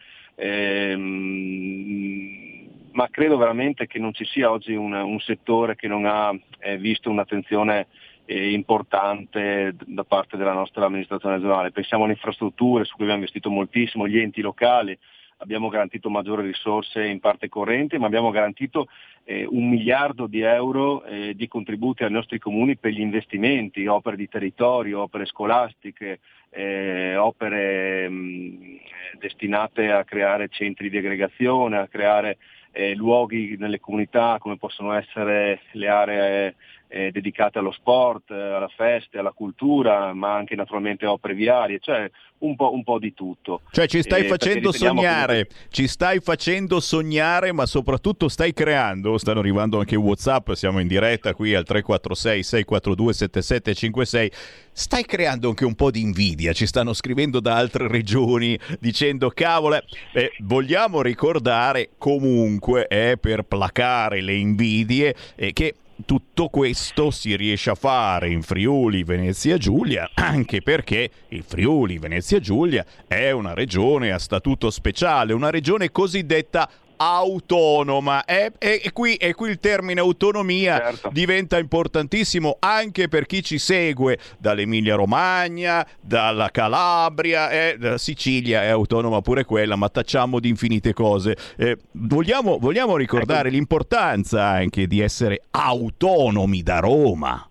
ma credo veramente che non ci sia oggi un settore che non ha visto un'attenzione importante da parte della nostra amministrazione regionale. Pensiamo alle infrastrutture, su cui abbiamo investito moltissimo, gli enti locali. abbiamo garantito maggiori risorse in parte corrente, ma abbiamo garantito 1 miliardo di euro di contributi ai nostri comuni per gli investimenti, opere di territorio, opere scolastiche, opere destinate a creare centri di aggregazione, a creare luoghi nelle comunità come possono essere le aree dedicate allo sport, alla festa, alla cultura, ma anche naturalmente opere viarie, cioè un po' di tutto. Cioè ci stai facendo sognare, comunque... ci stai facendo sognare, ma soprattutto stai creando, stanno arrivando anche WhatsApp, siamo in diretta qui al 346 642 7756, stai creando anche un po' di invidia, ci stanno scrivendo da altre regioni dicendo cavolo, vogliamo ricordare comunque per placare le invidie che tutto questo si riesce a fare in Friuli Venezia Giulia, anche perché il Friuli Venezia Giulia è una regione a statuto speciale, una regione cosiddetta autonoma, e qui il termine autonomia diventa importantissimo anche per chi ci segue dall'Emilia Romagna, dalla Calabria, la Sicilia è autonoma pure quella, ma tacciamo di infinite cose. Vogliamo ricordare l'importanza anche di essere autonomi da Roma.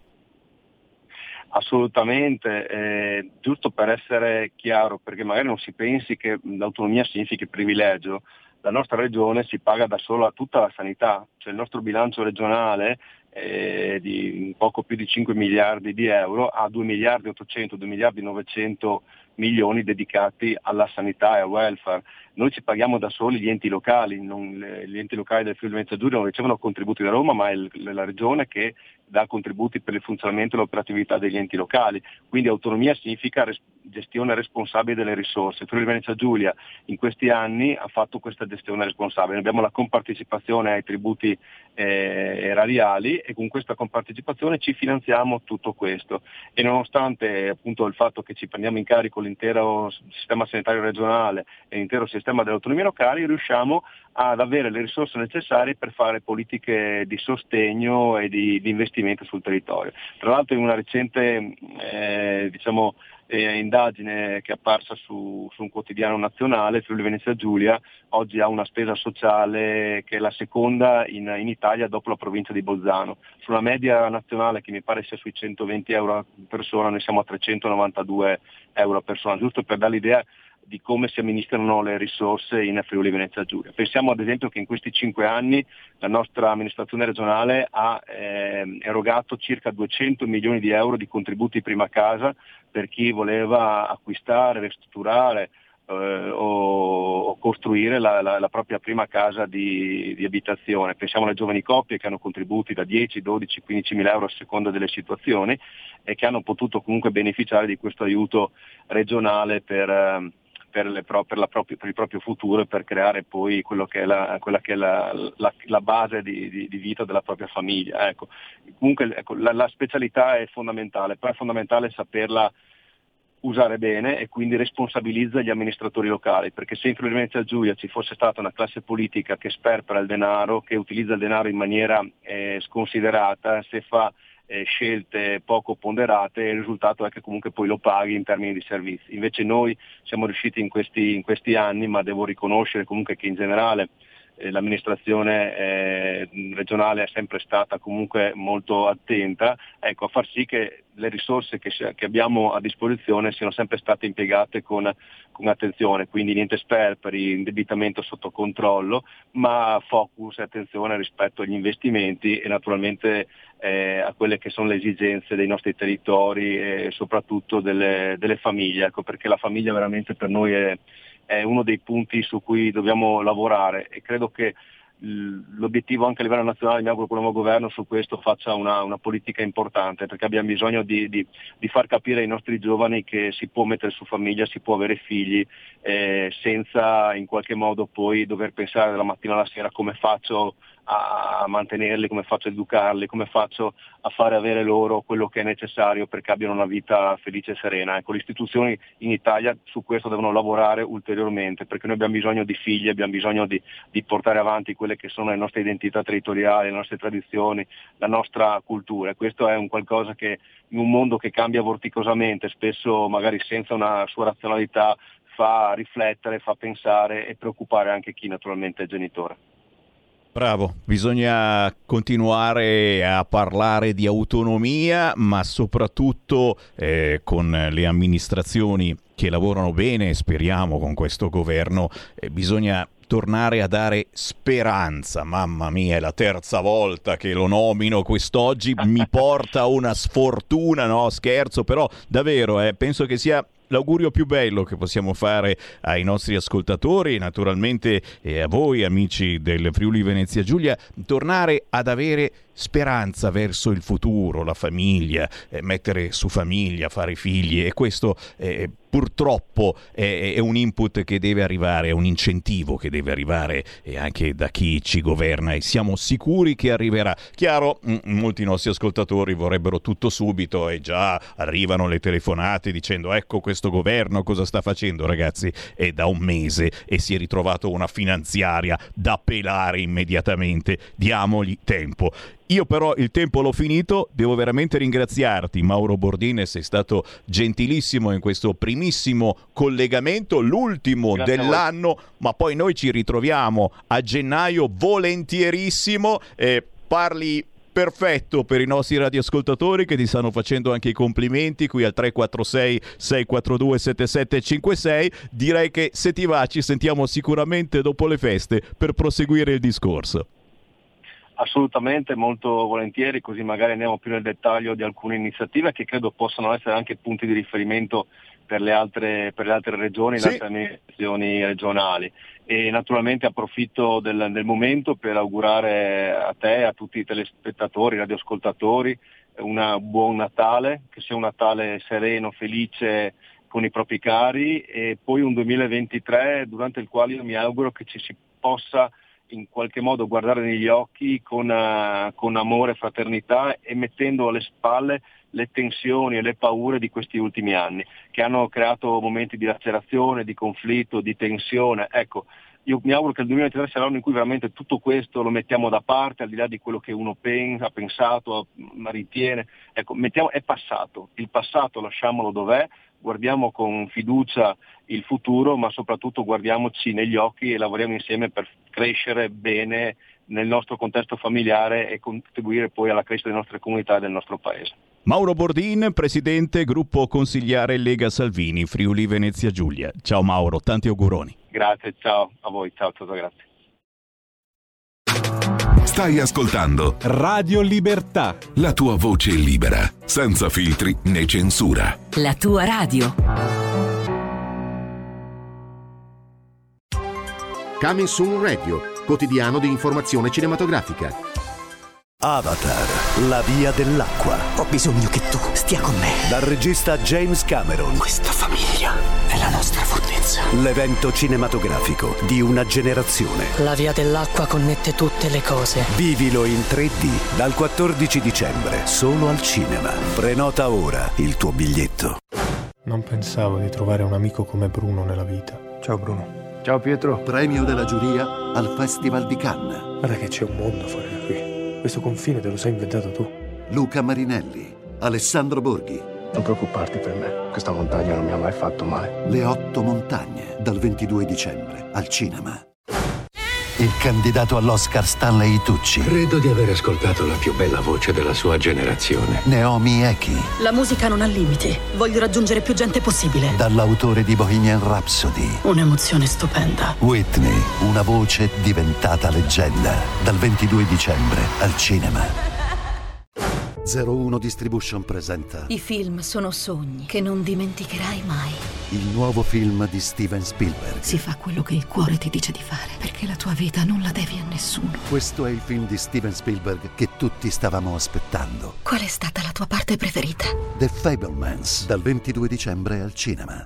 Assolutamente, giusto per essere chiaro, perché magari non si pensi che l'autonomia significhi privilegio. La nostra regione si paga da sola tutta la sanità, cioè il nostro bilancio regionale di poco più di 5 miliardi di euro ha 2 miliardi 800, 2 miliardi 900 milioni dedicati alla sanità e al welfare. Noi ci paghiamo da soli gli enti locali, gli enti locali del Friuli Venezia Giulia non ricevono contributi da Roma, ma è la regione che dà contributi per il funzionamento e l'operatività degli enti locali. Quindi autonomia significa gestione responsabile delle risorse. Il Friuli Venezia Giulia in questi anni ha fatto questa gestione responsabile. Abbiamo la compartecipazione ai tributi erariali e con questa compartecipazione ci finanziamo tutto questo. E nonostante appunto il fatto che ci prendiamo in carico l'intero sistema sanitario regionale e l'intero sistema delle autonomie locali, riusciamo ad avere le risorse necessarie per fare politiche di sostegno e di investimento sul territorio. Tra l'altro in una recente indagine che è apparsa su un quotidiano nazionale, Friuli Venezia Giulia oggi ha una spesa sociale che è la seconda in Italia dopo la provincia di Bolzano. Sulla media nazionale, che mi pare sia sui 120 euro a persona, noi siamo a 392 euro a persona, giusto per dare l'idea di come si amministrano le risorse in Friuli Venezia Giulia. Pensiamo ad esempio che in questi 5 anni la nostra amministrazione regionale ha erogato circa 200 milioni di euro di contributi prima casa per chi voleva acquistare, ristrutturare o costruire la propria prima casa di abitazione. Pensiamo alle giovani coppie che hanno contributi da 10, 12, 15 mila euro a seconda delle situazioni e che hanno potuto comunque beneficiare di questo aiuto regionale per il proprio futuro e per creare poi quella che è la base di vita della propria famiglia. Ecco. Comunque la specialità è fondamentale, però è fondamentale saperla usare bene e quindi responsabilizza gli amministratori locali, perché se in Friuli Venezia Giulia ci fosse stata una classe politica che sperpera il denaro, che utilizza il denaro in maniera sconsiderata, se fa scelte poco ponderate, il risultato è che comunque poi lo paghi in termini di servizi. Invece noi siamo riusciti in questi anni, ma devo riconoscere comunque che in generale l'amministrazione regionale è sempre stata comunque molto attenta, ecco, a far sì che le risorse che abbiamo a disposizione siano sempre state impiegate con attenzione, quindi niente sperperi, indebitamento sotto controllo, ma focus e attenzione rispetto agli investimenti e naturalmente a quelle che sono le esigenze dei nostri territori e soprattutto delle famiglie, ecco, perché la famiglia veramente per noi è uno dei punti su cui dobbiamo lavorare e credo che l'obiettivo anche a livello nazionale, mi auguro che il nuovo governo su questo faccia una politica importante, perché abbiamo bisogno di far capire ai nostri giovani che si può mettere su famiglia, si può avere figli senza in qualche modo poi dover pensare dalla mattina alla sera come faccio a mantenerli, come faccio a educarli, come faccio a fare avere loro quello che è necessario perché abbiano una vita felice e serena. Ecco, le istituzioni in Italia su questo devono lavorare ulteriormente, perché noi abbiamo bisogno di figli, abbiamo bisogno di portare avanti quelle che sono le nostre identità territoriali, le nostre tradizioni, la nostra cultura. E questo è un qualcosa che in un mondo che cambia vorticosamente, spesso magari senza una sua razionalità, fa riflettere, fa pensare e preoccupare anche chi naturalmente è genitore. Bravo, bisogna continuare a parlare di autonomia, ma soprattutto con le amministrazioni che lavorano bene, speriamo con questo governo, bisogna tornare a dare speranza. Mamma mia, è la terza volta che lo nomino quest'oggi, mi porta una sfortuna, no scherzo, però davvero penso che sia l'augurio più bello che possiamo fare ai nostri ascoltatori, naturalmente a voi amici del Friuli Venezia Giulia, tornare ad avere speranza verso il futuro, la famiglia, mettere su famiglia, fare figli, e questo purtroppo è un input che deve arrivare, è un incentivo che deve arrivare anche da chi ci governa, e siamo sicuri che arriverà. Chiaro, molti nostri ascoltatori vorrebbero tutto subito e già arrivano le telefonate dicendo ecco questo governo cosa sta facendo. Ragazzi, è da un mese e si è ritrovato una finanziaria da pelare immediatamente, diamogli tempo. Io però il tempo l'ho finito, devo veramente ringraziarti Mauro Bordin, sei stato gentilissimo in questo primissimo collegamento, l'ultimo dell'anno, ma poi noi ci ritroviamo a gennaio volentierissimo, parli perfetto per i nostri radioascoltatori che ti stanno facendo anche i complimenti qui al 346 642 7756. Direi che se ti va ci sentiamo sicuramente dopo le feste per proseguire il discorso. Assolutamente, molto volentieri, così magari andiamo più nel dettaglio di alcune iniziative che credo possano essere anche punti di riferimento per le altre regioni, le altre amministrazioni regionali. E naturalmente approfitto del momento per augurare a te e a tutti i telespettatori, radioascoltatori, un buon Natale, che sia un Natale sereno, felice con i propri cari, e poi un 2023 durante il quale io mi auguro che ci si possa in qualche modo guardare negli occhi con amore e fraternità, e mettendo alle spalle le tensioni e le paure di questi ultimi anni, che hanno creato momenti di lacerazione, di conflitto, di tensione. Ecco, io mi auguro che il 2023 sia l'anno in cui veramente tutto questo lo mettiamo da parte, al di là di quello che uno pensa, ha pensato, ritiene. Ecco, è passato. Il passato lasciamolo dov'è, guardiamo con fiducia il futuro, ma soprattutto guardiamoci negli occhi e lavoriamo insieme per crescere bene nel nostro contesto familiare e contribuire poi alla crescita delle nostre comunità e del nostro paese. Mauro Bordin, presidente gruppo consigliare Lega Salvini, Friuli Venezia Giulia. Ciao Mauro, tanti auguroni. Grazie, ciao a voi, ciao, grazie. Stai ascoltando Radio Libertà, la tua voce libera, senza filtri né censura. La tua radio. Coming Soon Radio, quotidiano di informazione cinematografica. Avatar, la via dell'acqua. Ho bisogno che tu stia con me. Dal regista James Cameron. Questa famiglia è la nostra fortezza. L'evento cinematografico di una generazione. La via dell'acqua connette tutte le cose. Vivilo in 3D dal 14 dicembre, solo al cinema. Prenota ora il tuo biglietto. Non pensavo di trovare un amico come Bruno nella vita. Ciao Bruno. Ciao Pietro. Premio della giuria al Festival di Cannes. Guarda che c'è un mondo fuori da qui. Questo confine te lo sei inventato tu. Luca Marinelli, Alessandro Borghi. Non preoccuparti per me, questa montagna non mi ha mai fatto male. Le 8 montagne, dal 22 dicembre, al cinema. Il candidato all'Oscar Stanley Tucci. Credo di aver ascoltato la più bella voce della sua generazione. Naomi Eki. La musica non ha limiti. Voglio raggiungere più gente possibile. Dall'autore di Bohemian Rhapsody. Un'emozione stupenda. Whitney, una voce diventata leggenda. Dal 22 dicembre al cinema. 01 Distribution presenta I film sono sogni che non dimenticherai mai. il nuovo film di Steven Spielberg. Si fa quello che il cuore ti dice di fare, perché la tua vita non la devi a nessuno. Questo è il film di Steven Spielberg che tutti stavamo aspettando. Qual è stata la tua parte preferita? The Fabelmans, dal 22 dicembre al cinema.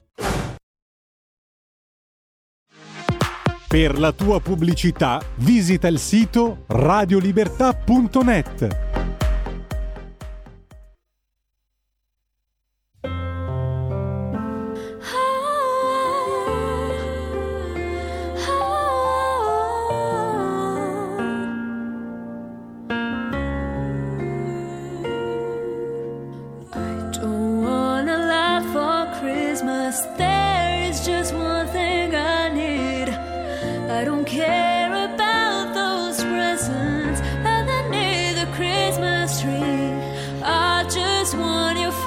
Per la tua pubblicità visita il sito radiolibertà.net. There is just one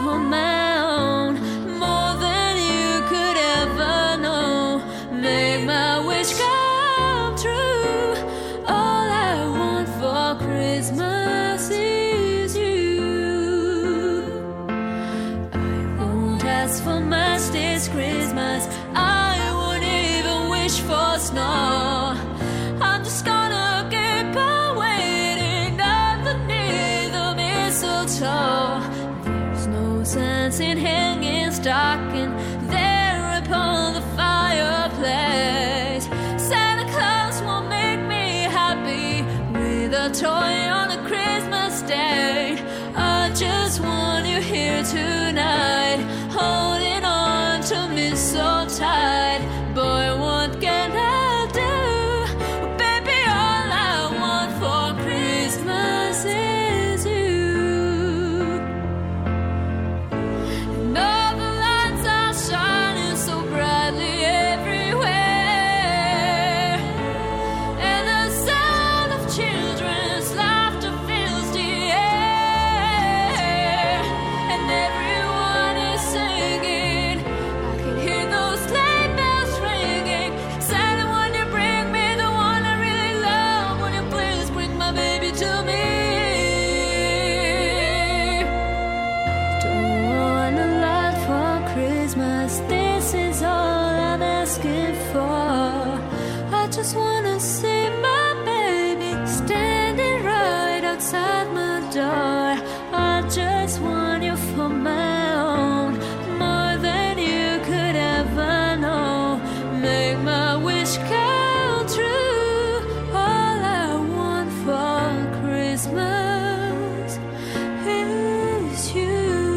for my own, more than you could ever know. Make my wish come true. All I want for Christmas is you. I won't ask for much this Christmas. I won't even wish for snow. I'm just gonna keep on waiting underneath the mistletoe. There's no sense in hanging stocking there upon the fireplace. Santa Claus won't make me happy with a toy on a Christmas day. I just want you here tonight, holding on to me so tight. Boy, what can I do? Baby, all I want for Christmas is you. And all the lights are shining so brightly everywhere, and the sound of children's laughter fills the air, and everyone is singing. I can hear those sleigh bells ringing. Santa, won't you bring me the one I really love? Won't you please bring my baby to me? Don't want a lot for Christmas. This is all I'm asking for. I just wanna see my baby standing right outside my door. I just want you for my own, more than you could ever know. Make my wish come true. All I want for Christmas is you.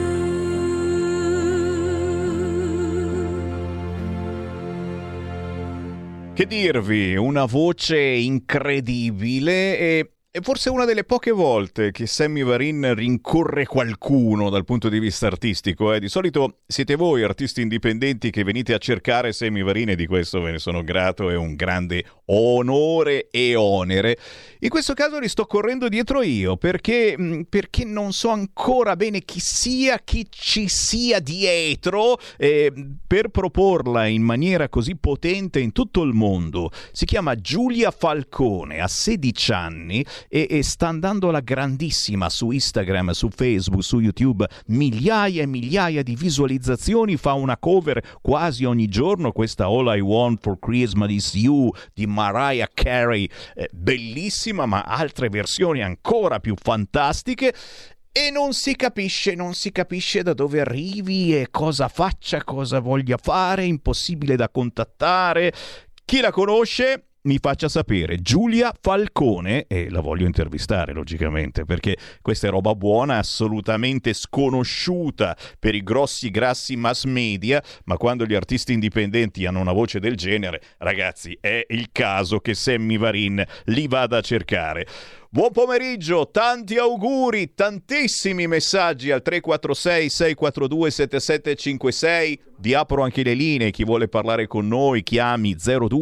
Che dirvi, una voce incredibile e forse una delle poche volte che Sammy Varin rincorre qualcuno dal punto di vista artistico. Di solito siete voi artisti indipendenti che venite a cercare Sammy Varin e di questo ve ne sono grato, è un grande onore e onere. In questo caso li sto correndo dietro io perché non so ancora bene chi ci sia dietro per proporla in maniera così potente in tutto il mondo. Si chiama Giulia Falcone, ha 16 anni e sta andando alla grandissima su Instagram, su Facebook, su YouTube, migliaia e migliaia di visualizzazioni, fa una cover quasi ogni giorno, questa All I Want for Christmas is You di Mariah Carey, bellissima, ma altre versioni ancora più fantastiche. E non si capisce da dove arrivi e cosa faccia, cosa voglia fare, impossibile da contattare. Chi la conosce mi faccia sapere. Giulia Falcone, e la voglio intervistare logicamente perché questa è roba buona, assolutamente sconosciuta per i grossi mass media, ma quando gli artisti indipendenti hanno una voce del genere, ragazzi, è il caso che Sammy Varin li vada a cercare. Buon pomeriggio, tanti auguri, tantissimi messaggi al 346 642 7756. Vi apro anche le linee, chi vuole parlare con noi chiami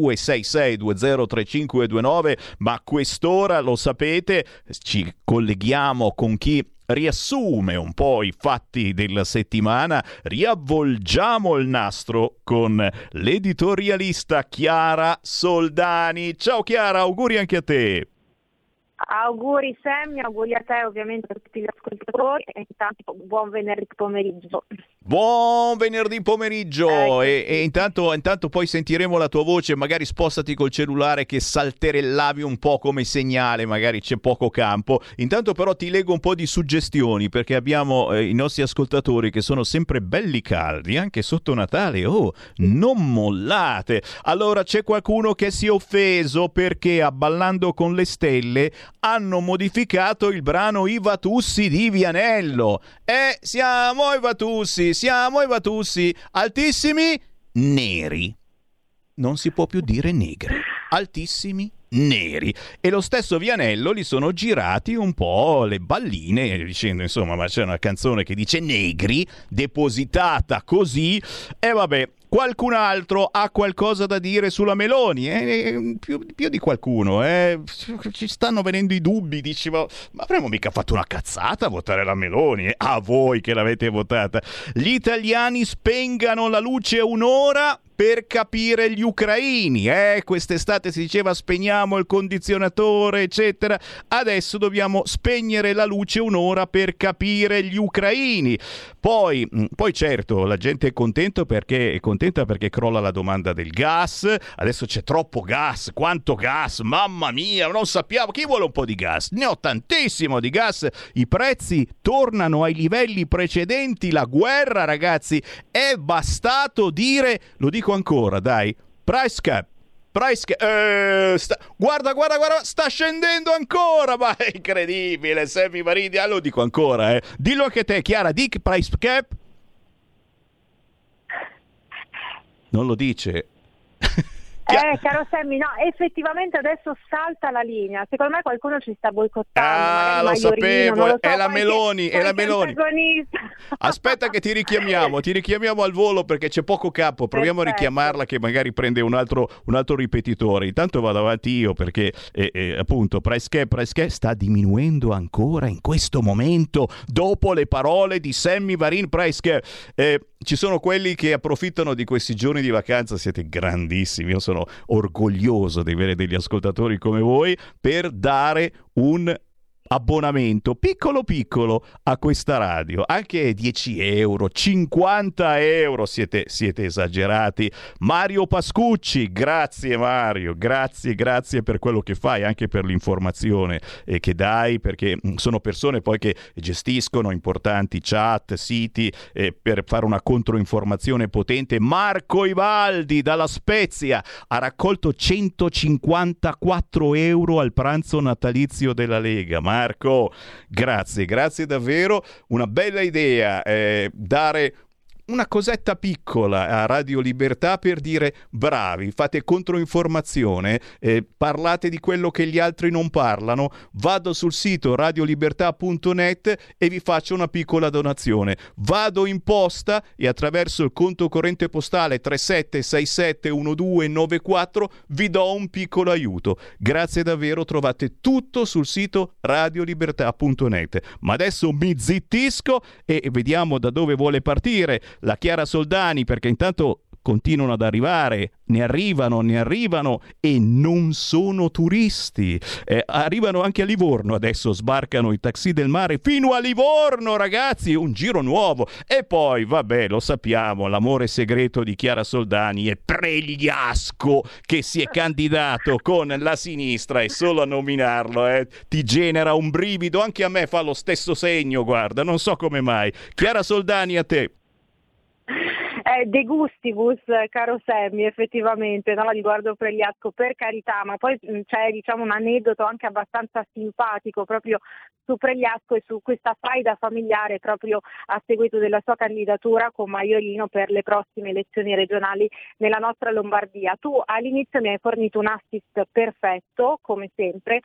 0266203529, ma a quest'ora, lo sapete, ci colleghiamo con chi riassume un po' i fatti della settimana, riavvolgiamo il nastro con l'editorialista Chiara Soldani. Ciao Chiara, auguri anche a te. Auguri Sammy, auguri a te ovviamente a tutti gli ascoltatori e intanto buon venerdì pomeriggio. Buon venerdì pomeriggio e intanto poi sentiremo la tua voce, magari spostati col cellulare che salterellavi un po' come segnale, magari c'è poco campo. Intanto però ti leggo un po' di suggestioni perché abbiamo i nostri ascoltatori che sono sempre belli caldi anche sotto Natale. Oh, non mollate. Allora c'è qualcuno che si è offeso perché a Ballando con le Stelle hanno modificato il brano I Vatussi di Vianello. Siamo i Vatussi, altissimi, neri. Non si può più dire negri, altissimi, neri. E lo stesso Vianello li sono girati un po' le balline dicendo insomma, ma c'è una canzone che dice negri depositata così e vabbè. Qualcun altro ha qualcosa da dire sulla Meloni? Più di qualcuno. Ci stanno venendo i dubbi, dici, ma avremmo mica fatto una cazzata a votare la Meloni? A voi che l'avete votata. Gli italiani spengano la luce un'ora per capire gli ucraini. Quest'estate si diceva spegniamo il condizionatore, eccetera. Adesso dobbiamo spegnere la luce un'ora per capire gli ucraini. Poi certo, la gente è contenta perché crolla la domanda del gas. Adesso c'è troppo gas. Quanto gas? Mamma mia, non sappiamo. Chi vuole un po' di gas? Ne ho tantissimo di gas. I prezzi tornano ai livelli precedenti la guerra, ragazzi. È bastato dire, lo dico ancora, dai, price cap. Guarda, sta scendendo ancora, ma è incredibile. Sammy Varin, lo dico ancora, dillo anche te, Chiara, dic price cap. Non lo dice. Caro Sammy, no, effettivamente adesso salta la linea. Secondo me qualcuno ci sta boicottando. Lo sapevo, non lo so, è la Meloni. Aspetta che ti richiamiamo al volo perché c'è poco campo. Proviamo a richiamarla che magari prende un altro ripetitore. Intanto vado avanti io perché appunto price cap sta diminuendo ancora in questo momento dopo le parole di Sammy Varin. Price cap. Ci sono quelli che approfittano di questi giorni di vacanza, siete grandissimi, io sono orgoglioso di avere degli ascoltatori come voi, per dare un abbonamento piccolo a questa radio, anche 10 euro, 50 euro, siete esagerati. Mario Pascucci, grazie Mario, grazie per quello che fai, anche per l'informazione che dai, perché sono persone poi che gestiscono importanti chat, siti, per fare una controinformazione potente. Marco Ivaldi dalla Spezia ha raccolto 154 euro al pranzo natalizio della Lega. Marco, grazie davvero, una bella idea, dare una cosetta piccola a Radio Libertà per dire bravi, fate controinformazione, parlate di quello che gli altri non parlano. Vado sul sito radiolibertà.net e vi faccio una piccola donazione. Vado in posta e attraverso il conto corrente postale 37671294 vi do un piccolo aiuto. Grazie davvero, trovate tutto sul sito radiolibertà.net. Ma adesso mi zittisco e vediamo da dove vuole partire la Chiara Soldani, perché intanto continuano ad arrivare, ne arrivano e non sono turisti. Arrivano anche a Livorno, adesso sbarcano i taxi del mare fino a Livorno, ragazzi, un giro nuovo. E poi, vabbè, lo sappiamo, l'amore segreto di Chiara Soldani è Pregliasco, che si è candidato con la sinistra, e solo a nominarlo ti genera un brivido. Anche a me fa lo stesso segno, guarda, non so come mai. Chiara Soldani, a te. De gustibus, caro Sammy, effettivamente, no? Riguardo Pregliasco, per carità, ma poi c'è un aneddoto anche abbastanza simpatico proprio su Pregliasco e su questa faida familiare proprio a seguito della sua candidatura con Maiorino per le prossime elezioni regionali nella nostra Lombardia. Tu all'inizio mi hai fornito un assist perfetto, come sempre,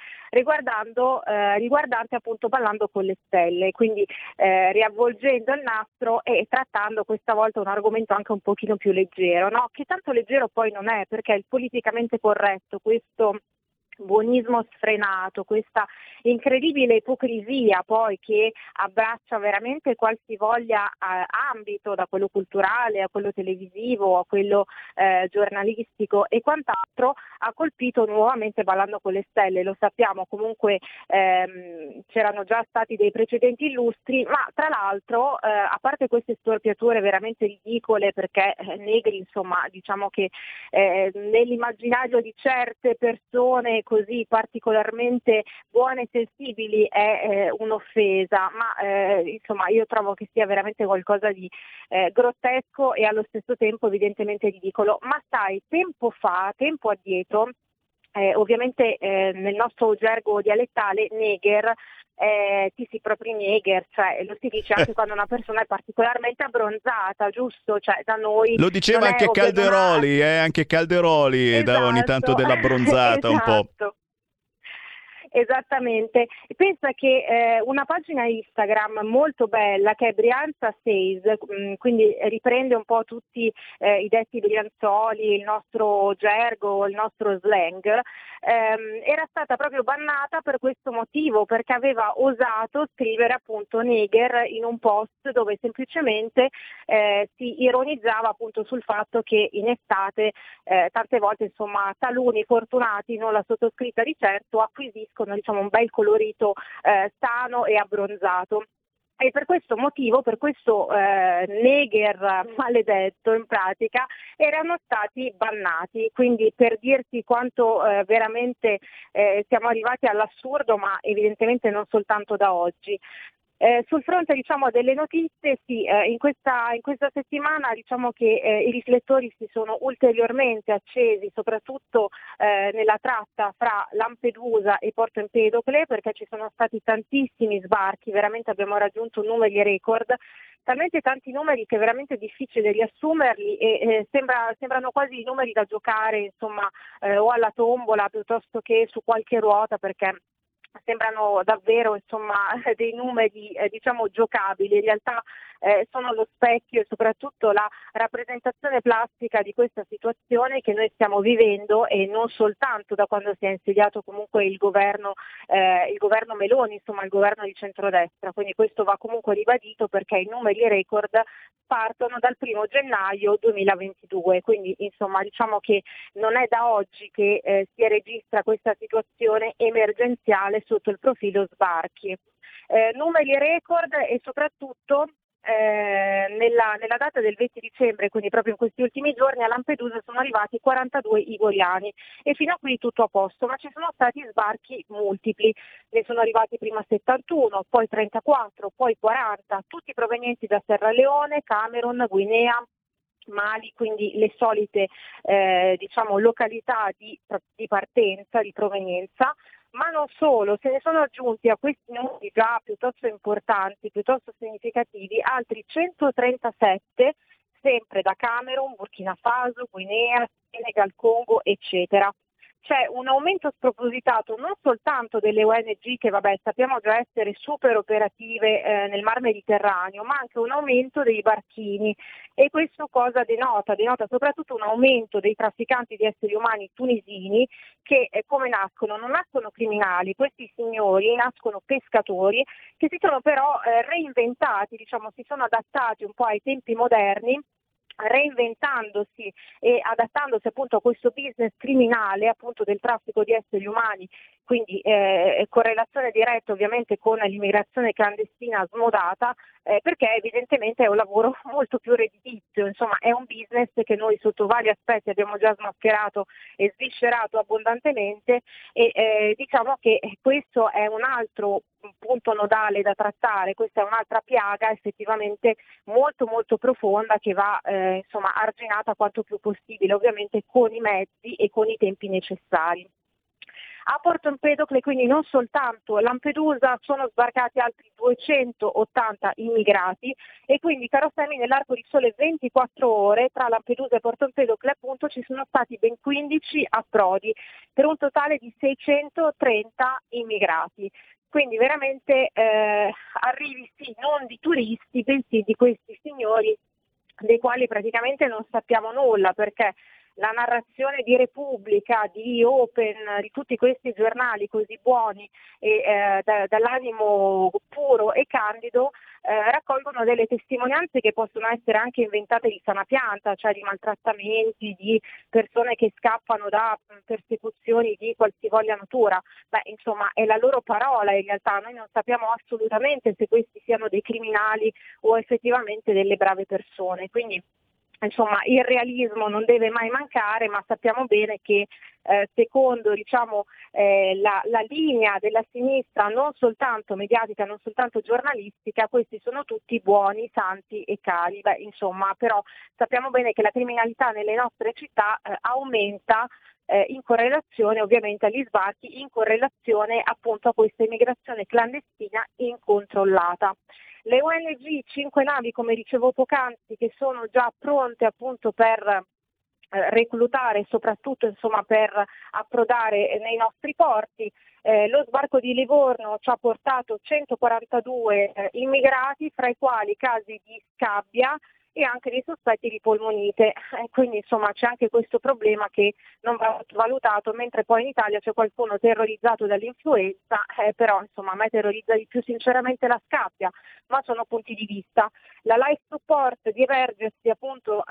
riguardante appunto Ballando con le stelle, quindi riavvolgendo il nastro e trattando questa volta un argomento anche un pochino più leggero, no? Che tanto leggero poi non è, perché il politicamente corretto, questo buonismo sfrenato, questa incredibile ipocrisia poi che abbraccia veramente qualsivoglia ambito, da quello culturale a quello televisivo a quello giornalistico e quant'altro, ha colpito nuovamente Ballando con le stelle. Lo sappiamo, comunque c'erano già stati dei precedenti illustri, ma tra l'altro a parte queste storpiature veramente ridicole, perché Negri, insomma, diciamo che nell'immaginario di certe persone così particolarmente buone e sensibili è un'offesa, ma insomma io trovo che sia veramente qualcosa di grottesco e allo stesso tempo evidentemente ridicolo. Ma sai, tempo addietro, ovviamente nel nostro gergo dialettale, Neger, ti si proprio Neger, cioè lo si dice anche quando una persona è particolarmente abbronzata, giusto? Cioè da noi lo diceva anche Calderoli, anche Calderoli, esatto, dava ogni tanto dell'abbronzata, esatto. Un po'. Esattamente, pensa che una pagina Instagram molto bella che è Brianza Says, quindi riprende un po' tutti i detti brianzoli, il nostro gergo, il nostro slang, era stata proprio bannata per questo motivo, perché aveva osato scrivere appunto Neger in un post dove semplicemente si ironizzava appunto sul fatto che in estate tante volte insomma taluni fortunati, non la sottoscritta di certo, acquisiscono diciamo un bel colorito sano e abbronzato. E per questo motivo, per questo Neger maledetto in pratica, erano stati bannati, quindi per dirti quanto veramente siamo arrivati all'assurdo, ma evidentemente non soltanto da oggi. Sul fronte diciamo delle notizie, sì, in questa settimana diciamo che i riflettori si sono ulteriormente accesi, soprattutto nella tratta fra Lampedusa e Porto Empedocle, perché ci sono stati tantissimi sbarchi, veramente abbiamo raggiunto numeri record, talmente tanti numeri che è veramente difficile riassumerli e sembrano quasi numeri da giocare insomma o alla tombola piuttosto che su qualche ruota, perché sembrano davvero insomma dei numeri diciamo giocabili, in realtà sono lo specchio e soprattutto la rappresentazione plastica di questa situazione che noi stiamo vivendo, e non soltanto da quando si è insediato comunque il governo Meloni, insomma il governo di centrodestra, quindi questo va comunque ribadito perché i numeri record partono dal 1° gennaio 2022, quindi insomma diciamo che non è da oggi che si registra questa situazione emergenziale sotto il profilo sbarchi. Numeri record e soprattutto nella data del 20 dicembre, quindi proprio in questi ultimi giorni, a Lampedusa sono arrivati 42 ivoriani e fino a qui tutto a posto, ma ci sono stati sbarchi multipli, ne sono arrivati prima 71, poi 34, poi 40, tutti provenienti da Serra Leone, Camerun, Guinea, Mali, quindi le solite diciamo località di partenza, di provenienza. Ma non solo, se ne sono aggiunti a questi numeri già piuttosto importanti, piuttosto significativi, altri 137 sempre da Camerun, Burkina Faso, Guinea, Senegal, Congo, eccetera. C'è un aumento spropositato non soltanto delle ONG che sappiamo già essere super operative nel Mar Mediterraneo, ma anche un aumento dei barchini, e questo cosa denota? Denota soprattutto un aumento dei trafficanti di esseri umani tunisini che come nascono? Non nascono criminali, questi signori nascono pescatori che si sono però reinventati, diciamo si sono adattati un po' ai tempi moderni, reinventandosi e adattandosi appunto a questo business criminale appunto del traffico di esseri umani, quindi correlazione diretta ovviamente con l'immigrazione clandestina smodata, perché evidentemente è un lavoro molto più redditizio, insomma è un business che noi sotto vari aspetti abbiamo già smascherato e sviscerato abbondantemente, e diciamo che questo è un altro punto nodale da trattare, questa è un'altra piaga effettivamente molto molto profonda che va insomma arginata quanto più possibile, ovviamente con i mezzi e con i tempi necessari. A Porto Empedocle, quindi non soltanto Lampedusa, sono sbarcati altri 280 immigrati e quindi caro Sammy, nell'arco di sole 24 ore tra Lampedusa e Porto Empedocle appunto ci sono stati ben 15 approdi per un totale di 630 immigrati. Quindi veramente arrivi sì non di turisti, bensì di questi signori dei quali praticamente non sappiamo nulla, perché la narrazione di Repubblica, di Open, di tutti questi giornali così buoni e dall'animo puro e candido raccolgono delle testimonianze che possono essere anche inventate di sana pianta, cioè di maltrattamenti, di persone che scappano da persecuzioni di qualsivoglia natura. Insomma è la loro parola, in realtà noi non sappiamo assolutamente se questi siano dei criminali o effettivamente delle brave persone, quindi insomma il realismo non deve mai mancare, ma sappiamo bene che secondo diciamo la linea della sinistra, non soltanto mediatica, non soltanto giornalistica, questi sono tutti buoni, santi e cari. Insomma, però sappiamo bene che la criminalità nelle nostre città aumenta in correlazione ovviamente agli sbarchi, in correlazione appunto a questa immigrazione clandestina incontrollata. Le ONG, 5 navi come dicevo poc'anzi, che sono già pronte appunto per reclutare, soprattutto insomma per approdare nei nostri porti. Lo sbarco di Livorno ci ha portato 142 immigrati, fra i quali casi di scabbia e anche dei sospetti di polmonite, quindi insomma c'è anche questo problema che non va valutato, mentre poi in Italia c'è qualcuno terrorizzato dall'influenza, però insomma a me terrorizza di più sinceramente la scabbia, ma sono punti di vista. La life support di Emergency appunto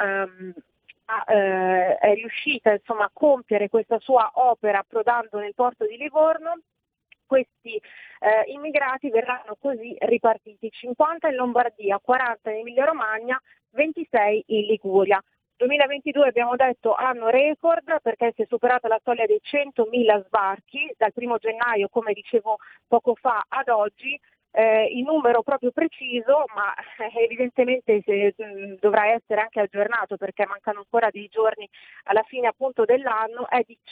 è riuscita insomma a compiere questa sua opera approdando nel porto di Livorno. Questi immigrati verranno così ripartiti: 50 in Lombardia, 40 in Emilia Romagna, 26 in Liguria. 2022 abbiamo detto anno record perché si è superata la soglia dei 100.000 sbarchi dal 1 gennaio, come dicevo poco fa, ad oggi. Il numero proprio preciso, ma evidentemente dovrà essere anche aggiornato perché mancano ancora dei giorni alla fine appunto dell'anno, è di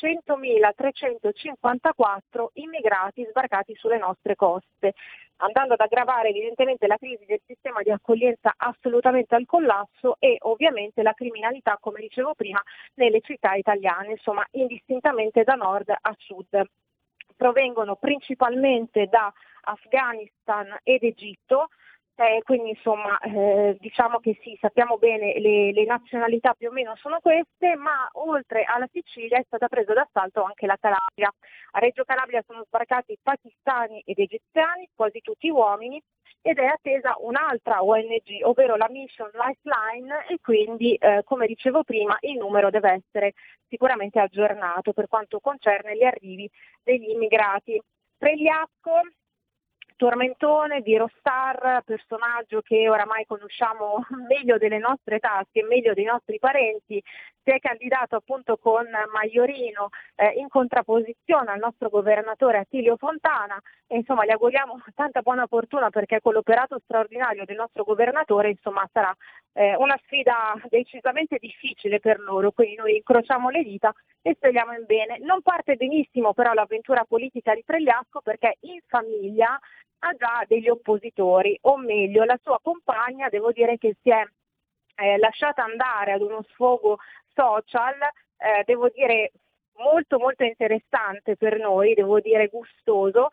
100.354 immigrati sbarcati sulle nostre coste, andando ad aggravare evidentemente la crisi del sistema di accoglienza assolutamente al collasso e ovviamente la criminalità, come dicevo prima, nelle città italiane, insomma indistintamente da nord a sud. Provengono principalmente da Afghanistan ed Egitto, quindi insomma diciamo che sì, sappiamo bene le nazionalità più o meno sono queste, ma oltre alla Sicilia è stata presa d'assalto anche la Calabria. A Reggio Calabria sono sbarcati pakistani ed egiziani, quasi tutti uomini, ed è attesa un'altra ONG, ovvero la Mission Lifeline, e quindi come dicevo prima il numero deve essere sicuramente aggiornato per quanto concerne gli arrivi degli immigrati. Pregliasco, tormentone, Virostar, personaggio che oramai conosciamo meglio delle nostre tasche, meglio dei nostri parenti, si è candidato appunto con Maiorino in contrapposizione al nostro governatore Attilio Fontana, e insomma gli auguriamo tanta buona fortuna perché con l'operato straordinario del nostro governatore insomma sarà una sfida decisamente difficile per loro, quindi noi incrociamo le dita e speriamo in bene. Non parte benissimo però l'avventura politica di Pregliasco perché in famiglia ha già degli oppositori, o meglio la sua compagna devo dire che si è lasciata andare ad uno sfogo social, devo dire molto molto interessante per noi, devo dire gustoso,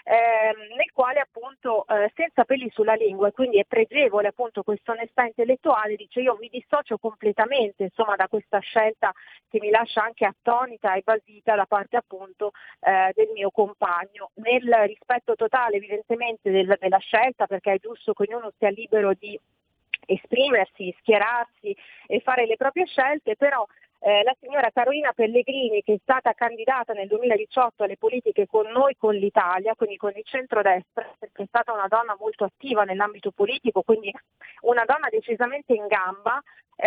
nel quale appunto senza peli sulla lingua, e quindi è pregevole appunto questa onestà intellettuale, dice: io mi dissocio completamente insomma da questa scelta che mi lascia anche attonita e basita da parte appunto del mio compagno, nel rispetto totale evidentemente della scelta, perché è giusto che ognuno sia libero di esprimersi, schierarsi e fare le proprie scelte, però la signora Carolina Pellegrini, che è stata candidata nel 2018 alle politiche con Noi con l'Italia, quindi con il centrodestra, perché è stata una donna molto attiva nell'ambito politico, quindi una donna decisamente in gamba,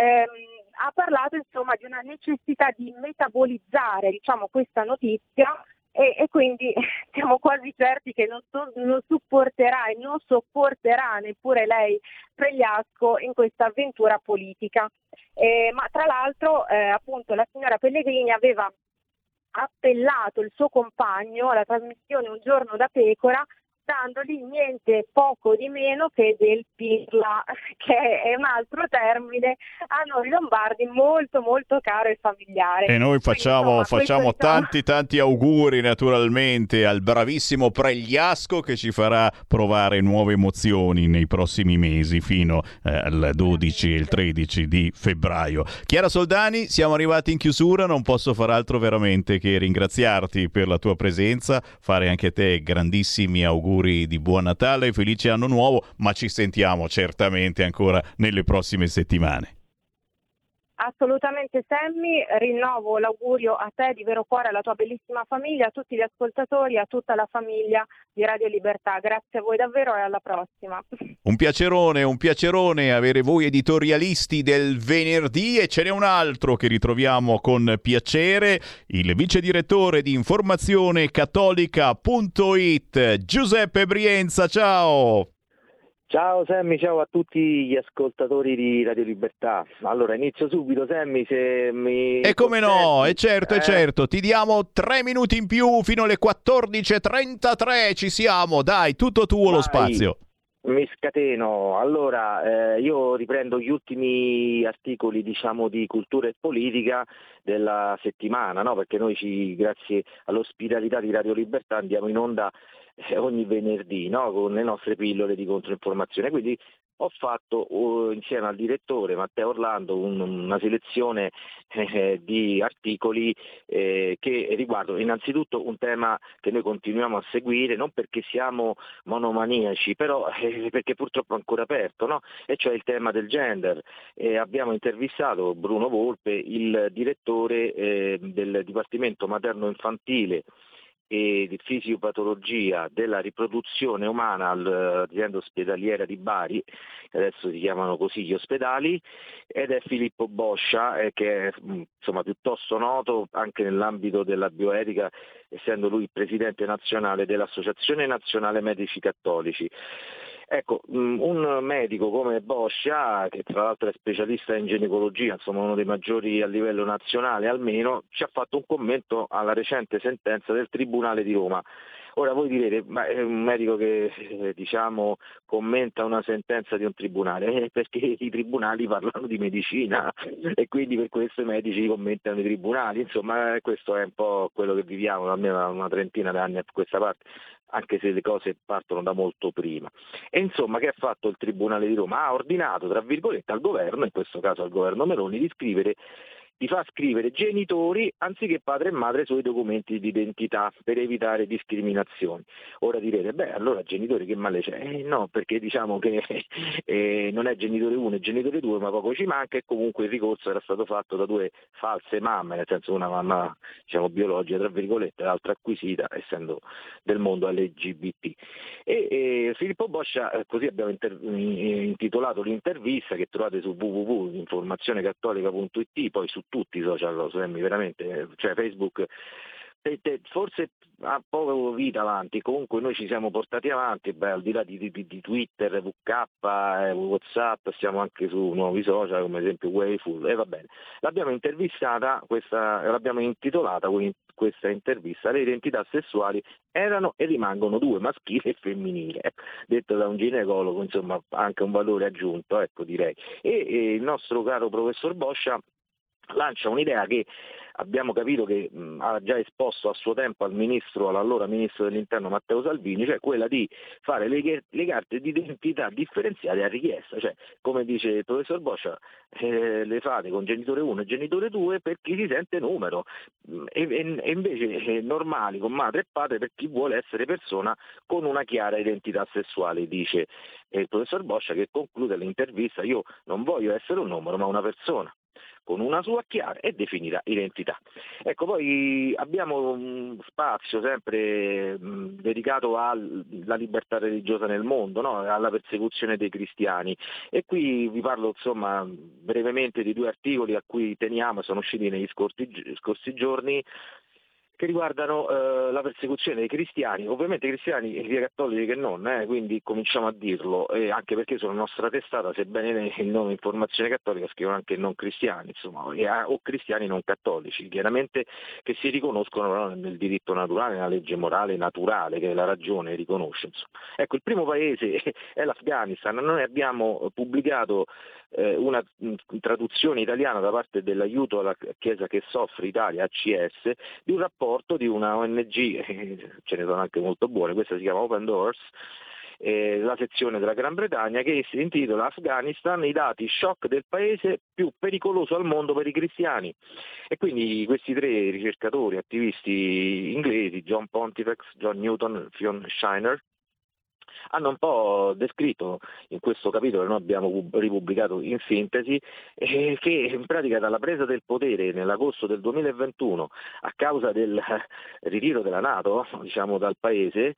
ha parlato insomma di una necessità di metabolizzare diciamo questa notizia, e quindi siamo quasi certi che non supporterà e non sopporterà neppure lei Pregliasco in questa avventura politica. Ma tra l'altro appunto la signora Pellegrini aveva appellato il suo compagno alla trasmissione Un giorno da pecora, dandogli niente poco di meno che del pirla, che è un altro termine a noi lombardi molto molto caro e familiare. E noi facciamo insomma, tanti auguri naturalmente al bravissimo Pregliasco, che ci farà provare nuove emozioni nei prossimi mesi fino al 12 e il 13 di febbraio. Chiara Soldani, siamo arrivati in chiusura, non posso far altro veramente che ringraziarti per la tua presenza, fare anche a te grandissimi auguri di buon Natale e felice anno nuovo, ma ci sentiamo certamente ancora nelle prossime settimane. Assolutamente Sammy, rinnovo l'augurio a te di vero cuore, alla tua bellissima famiglia, a tutti gli ascoltatori, a tutta la famiglia di Radio Libertà. Grazie a voi davvero e alla prossima. Un piacerone avere voi editorialisti del venerdì, e ce n'è un altro che ritroviamo con piacere, il vice direttore di informazionecattolica.it, Giuseppe Brienza. Ciao! Ciao Sammy, ciao a tutti gli ascoltatori di Radio Libertà. Allora inizio subito Sammy, se mi... E come no, è certo, ti diamo 3 minuti in più fino alle 14.33, ci siamo, dai, tutto tuo. Lo spazio. Mi scateno. Allora, io riprendo gli ultimi articoli, diciamo, di cultura e politica della settimana, no? Perché noi grazie all'ospitalità di Radio Libertà andiamo in onda ogni venerdì, no? Con le nostre pillole di controinformazione. Quindi ho fatto insieme al direttore Matteo Orlando una selezione di articoli che riguardano innanzitutto un tema che noi continuiamo a seguire, non perché siamo monomaniaci, però perché purtroppo è ancora aperto, no? E cioè il tema del gender. Abbiamo intervistato Bruno Volpe, il direttore del Dipartimento Materno Infantile e di fisiopatologia della riproduzione umana all'azienda ospedaliera di Bari, adesso si chiamano così gli ospedali, ed è Filippo Boscia, che è insomma piuttosto noto anche nell'ambito della bioetica, essendo lui presidente nazionale dell'Associazione Nazionale Medici Cattolici. Ecco, un medico come Boscia, che tra l'altro è specialista in ginecologia, insomma uno dei maggiori a livello nazionale almeno, ci ha fatto un commento alla recente sentenza del Tribunale di Roma. Ora voi direte, ma è un medico che diciamo commenta una sentenza di un tribunale, perché i tribunali parlano di medicina e quindi per questo i medici commentano i tribunali, insomma questo è un po' quello che viviamo almeno da una trentina d'anni a questa parte, anche se le cose partono da molto prima. E insomma che ha fatto il Tribunale di Roma? Ha ordinato, tra virgolette, al governo, in questo caso al governo Meloni, di far scrivere genitori anziché padre e madre sui documenti di identità per evitare discriminazioni. Ora direte, allora genitori che male c'è? No, perché diciamo che non è genitore 1 e genitore 2, ma poco ci manca, e comunque il ricorso era stato fatto da due false mamme, nel senso una mamma diciamo biologica, tra virgolette, l'altra acquisita, essendo del mondo LGBT. E Filippo Boscia, così abbiamo intitolato l'intervista, che trovate su www.informazionecattolica.it, poi su tutti i social, veramente, cioè Facebook forse ha poco vita avanti, comunque noi ci siamo portati avanti, al di là di Twitter, VK, WhatsApp, siamo anche su nuovi social come ad esempio Wayful, e va bene. L'abbiamo intervistata, l'abbiamo intitolata questa intervista: le identità sessuali erano e rimangono due, maschile e femminile, detto da un ginecologo, insomma anche un valore aggiunto, ecco, direi. E il nostro caro professor Boscia lancia un'idea che abbiamo capito che ha già esposto a suo tempo all'allora ministro dell'Interno Matteo Salvini, cioè quella di fare le carte di identità differenziate a richiesta, cioè come dice il professor Boscia, le fate con genitore 1 e genitore 2 per chi si sente numero, e invece normali con madre e padre per chi vuole essere persona con una chiara identità sessuale, dice il professor Boscia, che conclude l'intervista: io non voglio essere un numero ma una persona con una sua chiara e definita identità. Ecco, poi abbiamo un spazio sempre dedicato alla libertà religiosa nel mondo, no? Alla persecuzione dei cristiani, e qui vi parlo insomma brevemente di due articoli a cui teniamo, sono usciti negli scorsi giorni, che riguardano la persecuzione dei cristiani, ovviamente cristiani e sia cattolici che non, quindi cominciamo a dirlo, anche perché sulla nostra testata, sebbene il nome Informazione Cattolica, scrivono anche non cristiani, insomma, o cristiani non cattolici, chiaramente, che si riconoscono però nel diritto naturale, nella legge morale naturale che la ragione riconosce. Insomma. Ecco, il primo paese è l'Afghanistan. Noi abbiamo pubblicato una traduzione italiana da parte dell'Aiuto alla Chiesa che soffre Italia, ACS, di un rapporto di una ONG, ce ne sono anche molto buone, questa si chiama Open Doors, la sezione della Gran Bretagna, che si intitola Afghanistan, i dati shock del paese più pericoloso al mondo per i cristiani. E quindi questi tre ricercatori, attivisti inglesi, John Pontifex, John Newton, Fionn Shiner, hanno un po' descritto in questo capitolo che noi abbiamo ripubblicato in sintesi, che in pratica dalla presa del potere nell'agosto del 2021 a causa del ritiro della NATO, diciamo, dal paese,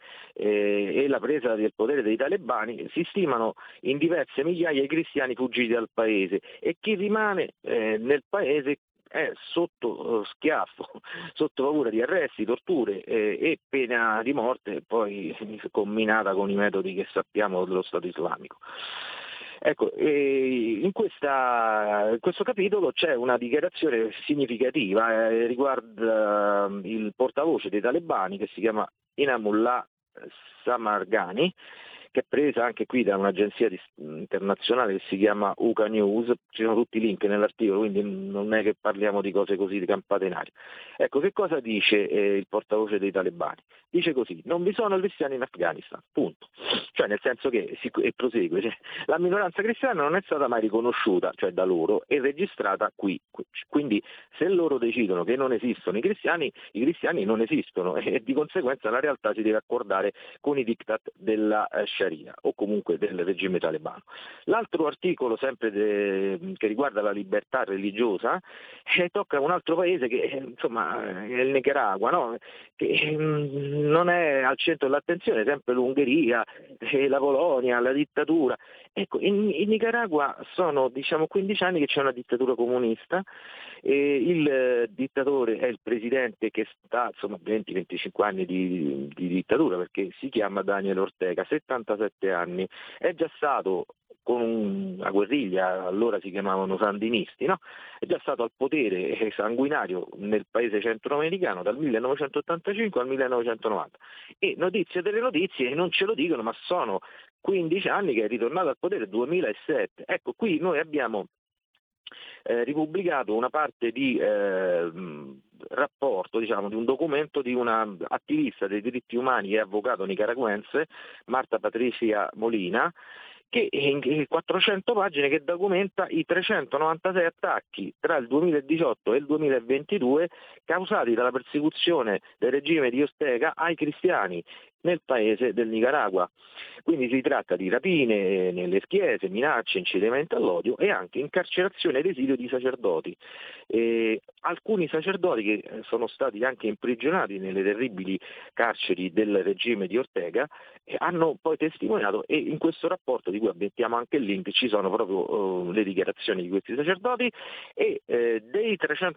e la presa del potere dei talebani, si stimano in diverse migliaia i cristiani fuggiti dal paese, e chi rimane nel paese è sotto schiaffo, sotto paura di arresti, torture e pena di morte, poi combinata con i metodi che sappiamo dello Stato islamico. Ecco, in questo capitolo c'è una dichiarazione significativa, riguarda il portavoce dei talebani, che si chiama Inamullah Samarghani, che è presa anche qui da un'agenzia internazionale che si chiama UCA News, ci sono tutti i link nell'articolo, quindi non è che parliamo di cose così di campate in aria. Ecco, che cosa dice il portavoce dei talebani? Dice così: non vi sono cristiani in Afghanistan, punto. Cioè, nel senso che, e prosegue, cioè, la minoranza cristiana non è stata mai riconosciuta, cioè da loro, e registrata qui. Quindi se loro decidono che non esistono i cristiani non esistono, e di conseguenza la realtà si deve accordare con i diktat della Sharia o comunque del regime talebano. L'altro articolo, sempre che riguarda la libertà religiosa, tocca un altro paese che insomma è il Nicaragua, no? Che non è al centro dell'attenzione, sempre l'Ungheria, la Polonia, la dittatura. Ecco, in Nicaragua sono 15 anni che c'è una dittatura comunista, il dittatore è il presidente che sta 20-25 anni di dittatura, perché si chiama Daniel Ortega, 77 anni, è già stato con una guerriglia, allora si chiamavano sandinisti, no? È già stato al potere sanguinario nel paese centroamericano dal 1985 al 1990 e notizie delle notizie non ce lo dicono, ma sono 15 anni che è ritornato al potere, 2007. Ecco, qui noi abbiamo ripubblicato una parte di rapporto, di un documento di una attivista dei diritti umani e avvocato nicaraguense, Marta Patricia Molina, che in 400 pagine che documenta i 396 attacchi tra il 2018 e il 2022 causati dalla persecuzione del regime di Ortega ai cristiani nel paese del Nicaragua. Quindi si tratta di rapine nelle chiese, minacce, incitamento all'odio e anche incarcerazione ed esilio di sacerdoti. Alcuni sacerdoti che sono stati anche imprigionati nelle terribili carceri del regime di Ortega hanno poi testimoniato, e in questo rapporto, di cui mettiamo anche il link, ci sono proprio le dichiarazioni di questi sacerdoti, e dei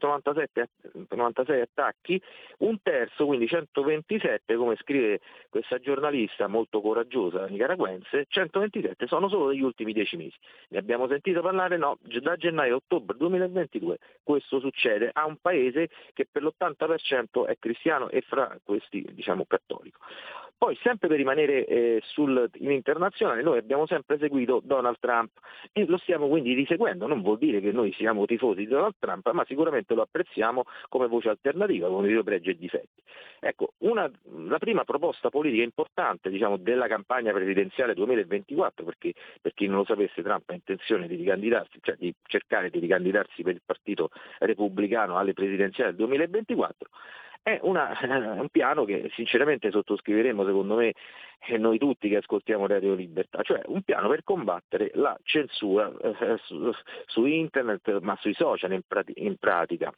396 attacchi, un terzo, quindi 127, come scrive questa giornalista molto coraggiosa nicaraguense, 127 sono solo degli ultimi 10 mesi. Ne abbiamo sentito parlare? No, da gennaio a ottobre 2022 questo succede a un paese che per l'80% è cristiano e fra questi cattolico. Poi, sempre per rimanere in internazionale, noi abbiamo sempre seguito Donald Trump e lo stiamo quindi riseguendo. Non vuol dire che noi siamo tifosi di Donald Trump, ma sicuramente lo apprezziamo come voce alternativa, con i suoi pregi e difetti. Ecco, la prima proposta politica importante della campagna presidenziale 2024, perché per chi non lo sapesse Trump ha intenzione di ricandidarsi, cioè di cercare di ricandidarsi per il partito repubblicano alle presidenziali del 2024, è un piano che sinceramente sottoscriveremo, secondo me, noi tutti che ascoltiamo Radio Libertà, cioè un piano per combattere la censura su internet, ma sui social in pratica.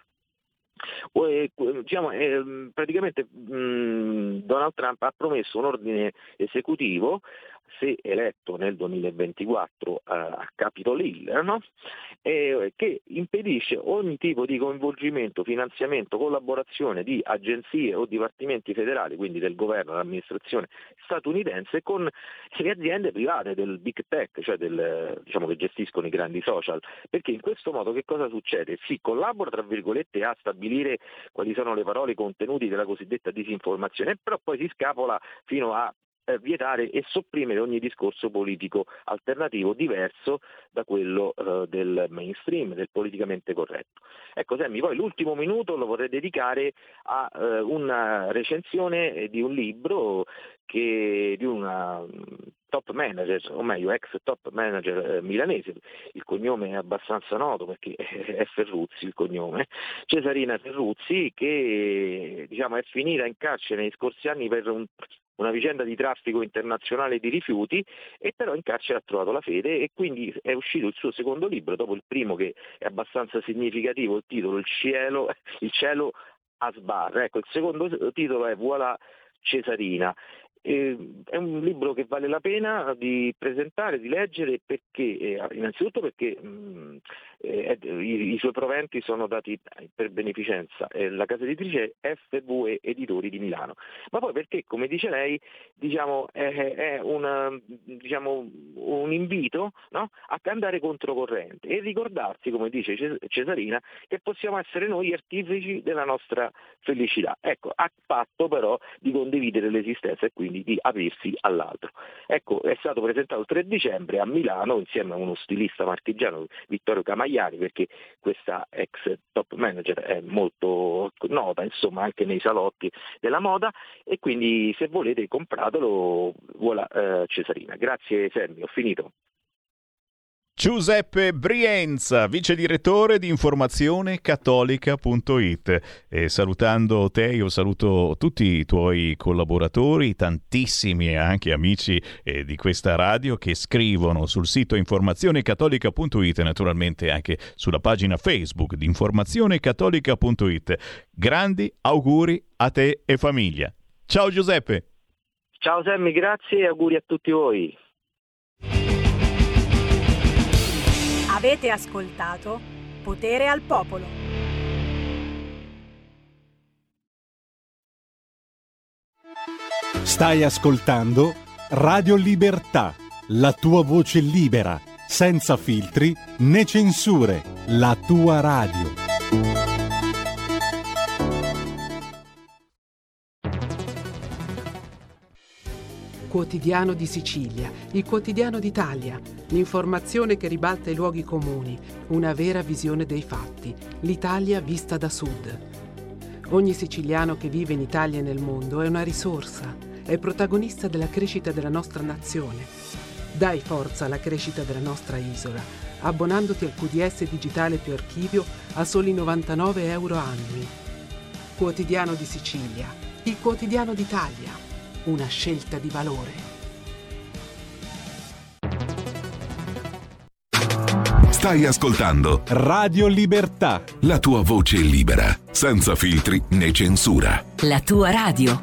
Praticamente Donald Trump ha promesso un ordine esecutivo, se eletto nel 2024 a Capitol Hill, no? Che impedisce ogni tipo di coinvolgimento, finanziamento, collaborazione di agenzie o dipartimenti federali, quindi del governo, dell'amministrazione statunitense, con le aziende private del big tech, cioè che gestiscono i grandi social, perché in questo modo che cosa succede? Si collabora tra virgolette a stabilire quali sono le parole, i contenuti della cosiddetta disinformazione, però poi si scapola fino a vietare e sopprimere ogni discorso politico alternativo diverso da quello del mainstream, del politicamente corretto. Ecco Sammy, poi l'ultimo minuto lo vorrei dedicare a una recensione di un libro di una top manager, o meglio ex top manager milanese, il cognome è abbastanza noto perché è Ferruzzi il cognome, Cesarina Ferruzzi, che è finita in carcere negli scorsi anni per una vicenda di traffico internazionale di rifiuti, e però in carcere ha trovato la fede, e quindi è uscito il suo secondo libro, dopo il primo che è abbastanza significativo, il titolo Il cielo a sbarre. Ecco, il secondo titolo è Voilà Cesarina. È un libro che vale la pena di presentare, di leggere, perché innanzitutto perché i suoi proventi sono dati per beneficenza la casa editrice FVE Editori di Milano, ma poi perché, come dice lei, diciamo, è un invito, no? A andare controcorrente e ricordarsi, come dice Cesarina, che possiamo essere noi artefici della nostra felicità, ecco, a patto però di condividere l'esistenza e quindi di aprirsi all'altro. Ecco, è stato presentato il 3 dicembre a Milano insieme a uno stilista marchigiano, Vittorio Camagliari, perché questa ex top manager è molto nota, insomma, anche nei salotti della moda, e quindi se volete compratelo. Voilà, Cesarina. Grazie Sammy, ho finito. Giuseppe Brienza, vice direttore di informazionecattolica.it. E salutando te, io saluto tutti i tuoi collaboratori, tantissimi anche amici di questa radio che scrivono sul sito informazionecattolica.it e naturalmente anche sulla pagina Facebook di informazionecattolica.it. Grandi auguri a te e famiglia. Ciao Giuseppe. Ciao Sammy, grazie e auguri a tutti voi. Avete ascoltato Potere al Popolo. Stai ascoltando Radio Libertà, la tua voce libera, senza filtri né censure, la tua radio. Quotidiano di Sicilia, il quotidiano d'Italia, l'informazione che ribalta i luoghi comuni, una vera visione dei fatti, l'Italia vista da sud. Ogni siciliano che vive in Italia e nel mondo è una risorsa, è protagonista della crescita della nostra nazione. Dai forza alla crescita della nostra isola, abbonandoti al QDS digitale più archivio a soli 99 euro annui. Quotidiano di Sicilia, il quotidiano d'Italia. Una scelta di valore. Stai ascoltando Radio Libertà, la tua voce libera, senza filtri né censura. La tua radio.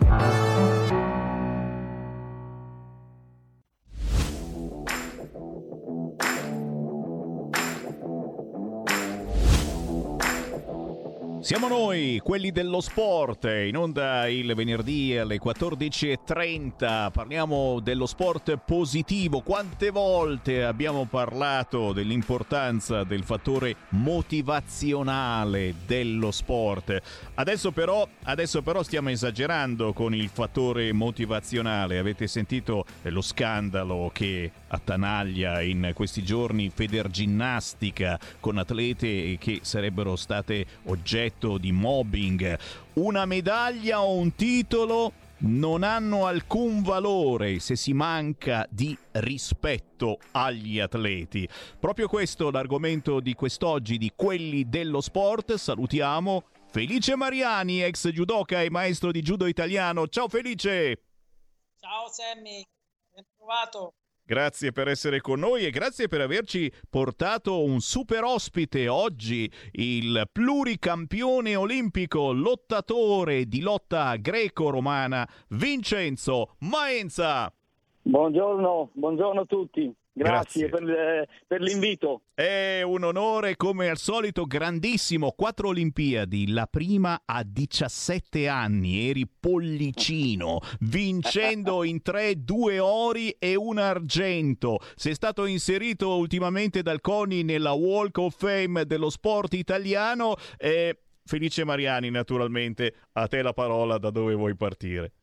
Siamo noi, quelli dello sport, in onda il venerdì alle 14.30, parliamo dello sport positivo. Quante volte abbiamo parlato dell'importanza del fattore motivazionale dello sport? Adesso però stiamo esagerando con il fattore motivazionale. Avete sentito lo scandalo che attanaglia in questi giorni Federginnastica con atlete che sarebbero state oggetto di mobbing. Una medaglia o un titolo non hanno alcun valore se si manca di rispetto agli atleti. Proprio questo l'argomento di quest'oggi di Quelli dello Sport. Salutiamo Felice Mariani, ex judoka e maestro di judo italiano. Ciao Felice! Ciao Sammy, ben trovato. Grazie per essere con noi e grazie per averci portato un super ospite oggi, il pluricampione olimpico, lottatore di lotta greco-romana, Vincenzo Maenza. Buongiorno a tutti. Grazie. Per l'invito. È un onore, come al solito, grandissimo. 4 Olimpiadi, la prima a 17 anni, eri pollicino, vincendo in 3 2 ori e un argento. Sei stato inserito ultimamente dal CONI nella Walk of Fame dello sport italiano. Felice Mariani, naturalmente, a te la parola, da dove vuoi partire.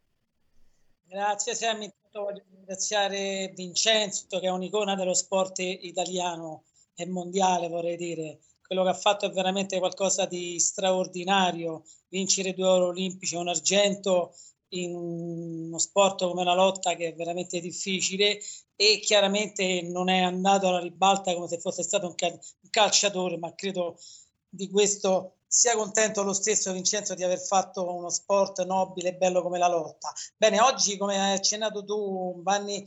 Grazie Sammy. Voglio ringraziare Vincenzo, che è un'icona dello sport italiano e mondiale, vorrei dire. Quello che ha fatto è veramente qualcosa di straordinario. Vincere 2 ori olimpici e un argento in uno sport come la lotta, che è veramente difficile, e chiaramente non è andato alla ribalta come se fosse stato un calciatore, ma credo di questo sia contento lo stesso Vincenzo di aver fatto uno sport nobile e bello come la lotta. Bene, oggi, come hai accennato tu, Vanni,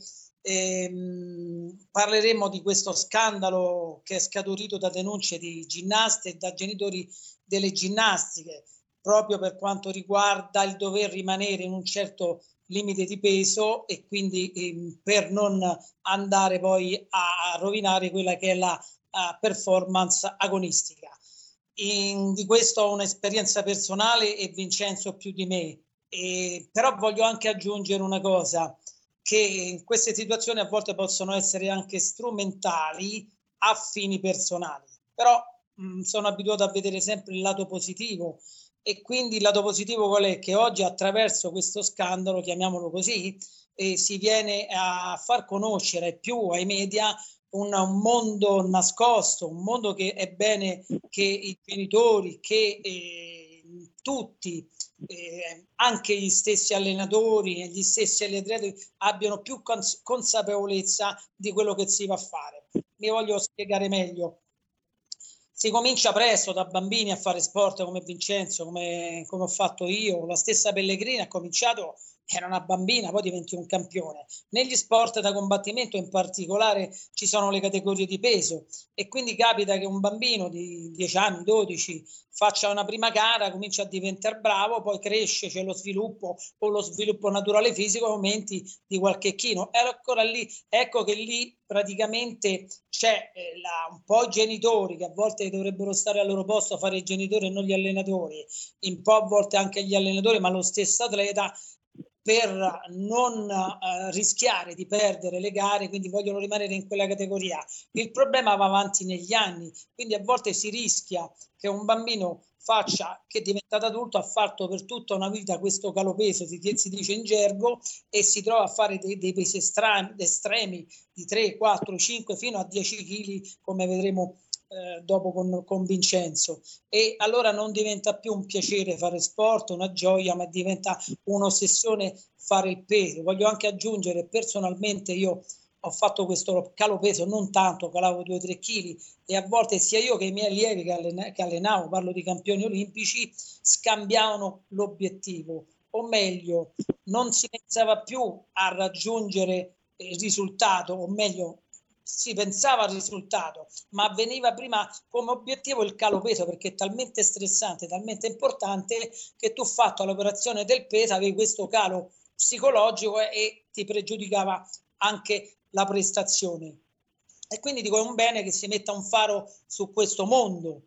parleremo di questo scandalo che è scaturito da denunce di ginnaste e da genitori delle ginnastiche, proprio per quanto riguarda il dover rimanere in un certo limite di peso e quindi per non andare poi a rovinare quella che è la performance agonistica. Di questo ho un'esperienza personale e Vincenzo più di me, però voglio anche aggiungere una cosa, che in queste situazioni a volte possono essere anche strumentali a fini personali, però sono abituato a vedere sempre il lato positivo, e quindi il lato positivo qual è? Che oggi attraverso questo scandalo, chiamiamolo così, si viene a far conoscere più ai media un mondo nascosto, un mondo che è bene che i genitori, che tutti, anche gli stessi allenatori e gli stessi atleti abbiano più consapevolezza di quello che si va a fare. Mi voglio spiegare meglio. Si comincia presto, da bambini, a fare sport come Vincenzo, come ho fatto io. La stessa Pellegrini ha cominciato, era una bambina, poi diventi un campione. Negli sport da combattimento in particolare ci sono le categorie di peso, e quindi capita che un bambino di 10 anni, 12, faccia una prima gara, comincia a diventare bravo, poi cresce, c'è lo sviluppo o lo sviluppo naturale fisico, aumenti di qualche chilo. E ancora lì, ecco che lì praticamente c'è un po' i genitori, che a volte dovrebbero stare al loro posto a fare i genitori e non gli allenatori, un po' a volte anche gli allenatori, ma lo stesso atleta, per non rischiare di perdere le gare, quindi vogliono rimanere in quella categoria. Il problema va avanti negli anni, quindi a volte si rischia che un bambino che è diventato adulto ha fatto per tutta una vita questo calopeso, si dice in gergo, e si trova a fare dei pesi estremi di 3, 4, 5 fino a 10 kg, come vedremo dopo con Vincenzo, e allora non diventa più un piacere fare sport, una gioia, ma diventa un'ossessione fare il peso. Voglio anche aggiungere, personalmente io ho fatto questo calo peso, non tanto, calavo 2-3 kg, e a volte sia io che i miei allievi che allenavo, parlo di campioni olimpici, scambiavano l'obiettivo, o meglio, non si pensava più a raggiungere il risultato, o meglio, si pensava al risultato, ma veniva prima come obiettivo il calo peso, perché è talmente stressante, talmente importante, che tu, fatto l'operazione del peso, avevi questo calo psicologico e ti pregiudicava anche la prestazione. E quindi dico, è un bene che si metta un faro su questo mondo.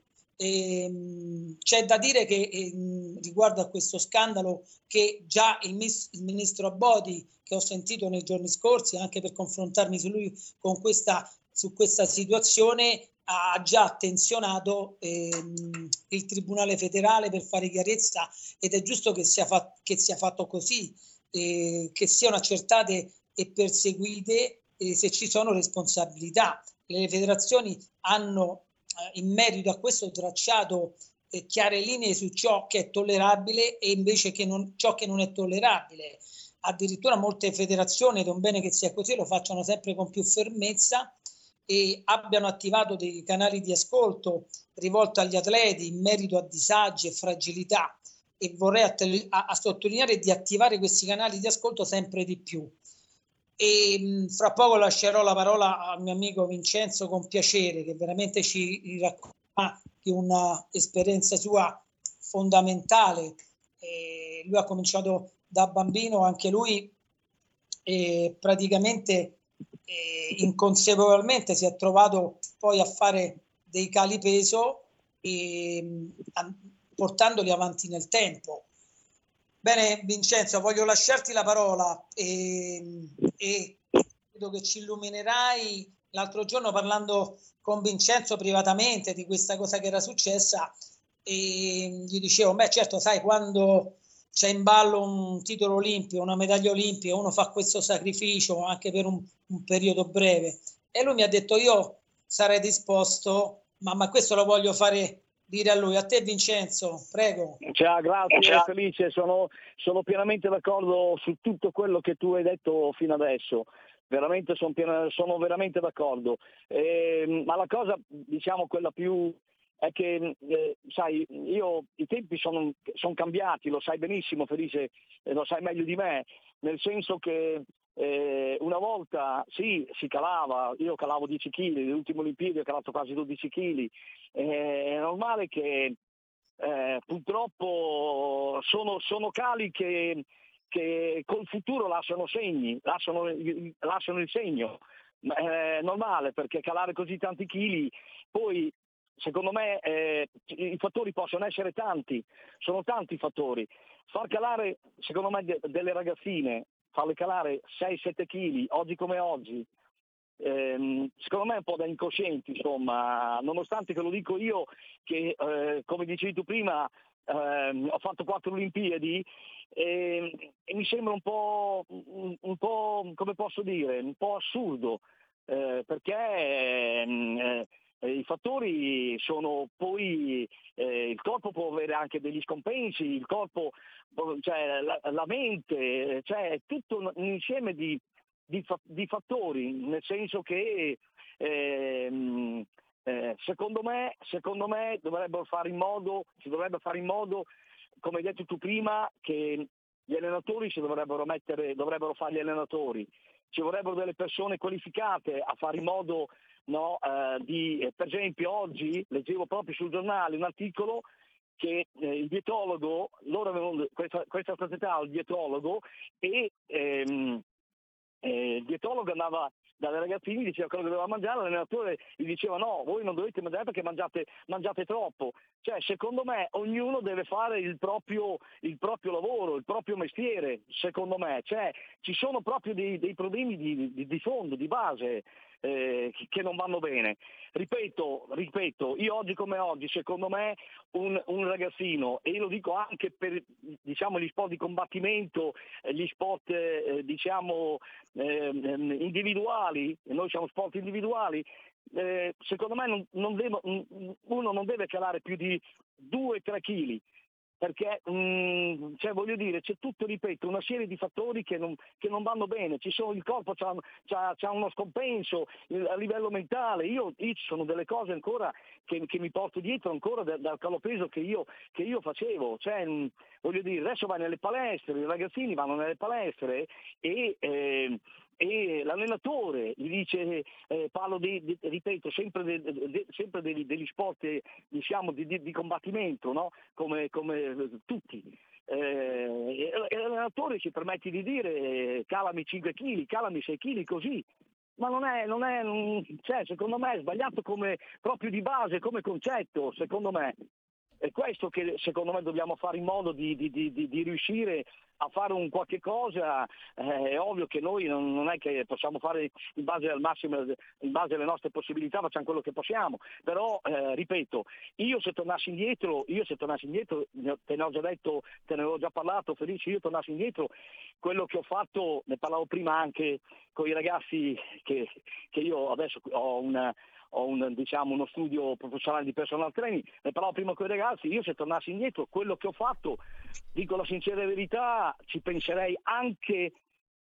C'è da dire che riguardo a questo scandalo, che già il ministro Abodi, che ho sentito nei giorni scorsi anche per confrontarmi su lui su questa situazione, ha già attenzionato il Tribunale federale per fare chiarezza, ed è giusto che sia fatto così, che siano accertate e perseguite se ci sono responsabilità. Le federazioni hanno in merito a questo tracciato chiare linee su ciò che è tollerabile e invece ciò che non è tollerabile. Addirittura molte federazioni, ed è un bene che sia così, lo facciano sempre con più fermezza, e abbiano attivato dei canali di ascolto rivolti agli atleti in merito a disagi e fragilità, e vorrei a sottolineare di attivare questi canali di ascolto sempre di più. E fra poco lascerò la parola al mio amico Vincenzo con piacere, che veramente ci racconta di una esperienza sua fondamentale. Lui ha cominciato da bambino, anche lui, praticamente inconsapevolmente si è trovato poi a fare dei cali peso, portandoli avanti nel tempo. Bene Vincenzo, voglio lasciarti la parola e credo che ci illuminerai. L'altro giorno, parlando con Vincenzo privatamente di questa cosa che era successa, e gli dicevo, certo, sai, quando c'è in ballo un titolo olimpico, una medaglia olimpica, uno fa questo sacrificio anche per un periodo breve, e lui mi ha detto, io sarei disposto, ma questo lo voglio fare dire a lui. A te Vincenzo, prego. Ciao, grazie. Felice, sono pienamente d'accordo su tutto quello che tu hai detto fino adesso, veramente sono veramente d'accordo, ma la cosa, diciamo, quella più è che sai, i tempi sono cambiati, lo sai benissimo Felice, lo sai meglio di me, nel senso che una volta sì, si calava, io calavo 10 kg, nelle ultime Olimpiadi ho calato quasi 12 kg, è normale che purtroppo sono cali che col futuro lasciano segni, lasciano il segno. È normale, perché calare così tanti chili Poi secondo me i fattori possono essere tanti, sono tanti i fattori. Far calare, secondo me, delle ragazzine, farle calare 6-7 kg, oggi come oggi, secondo me è un po' da incoscienti, insomma, nonostante che lo dico io che, come dicevi tu prima, ho fatto 4 Olimpiadi e mi sembra un po', come posso dire, un po' assurdo, perché i fattori sono poi, il corpo può avere anche degli scompensi, il corpo, cioè la mente, cioè è tutto un insieme di fattori, nel senso che secondo me si dovrebbe fare in modo, come hai detto tu prima, che gli allenatori dovrebbero fare gli allenatori, ci vorrebbero delle persone qualificate a fare in modo, no, per esempio oggi leggevo proprio sul giornale un articolo che il dietologo, loro avevano questa società, il dietologo, e il dietologo andava dalle ragazzine, diceva cosa doveva mangiare, l'allenatore gli diceva no, voi non dovete mangiare perché mangiate troppo. Cioè, secondo me ognuno deve fare il proprio lavoro, il proprio mestiere, secondo me. Cioè, ci sono proprio dei problemi di fondo, di base, che non vanno bene. Ripeto, io oggi come oggi, secondo me un ragazzino, e io lo dico anche per, diciamo, gli sport di combattimento, gli sport individuali, noi siamo sport individuali, secondo me uno non deve calare più di 2-3 kg, perché cioè, voglio dire, c'è tutto, ripeto, una serie di fattori che non vanno bene. Il corpo c'ha uno scompenso a livello mentale. Io ci sono delle cose ancora che mi porto dietro ancora dal calopeso che io facevo. Cioè, voglio dire, adesso vai nelle palestre, i ragazzini vanno nelle palestre e l'allenatore gli dice, parlo ripeto, sempre degli sport, diciamo, di combattimento, no? Come tutti. E l'allenatore ci permette di dire calami 5 kg, calami 6 kg, così. Ma non è, cioè, secondo me è sbagliato proprio di base, come concetto, secondo me. È questo che secondo me dobbiamo fare in modo di riuscire a fare un qualche cosa. È ovvio che noi non è che possiamo fare in base al massimo, in base alle nostre possibilità, facciamo quello che possiamo, però ripeto, io se tornassi indietro, te ne ho già detto, te ne avevo già parlato, Felice, io tornassi indietro, quello che ho fatto, ne parlavo prima anche con i ragazzi che io adesso ho uno studio professionale di personal training, ne parlavo prima con i ragazzi, io se tornassi indietro, quello che ho fatto, dico la sincera verità, ci penserei anche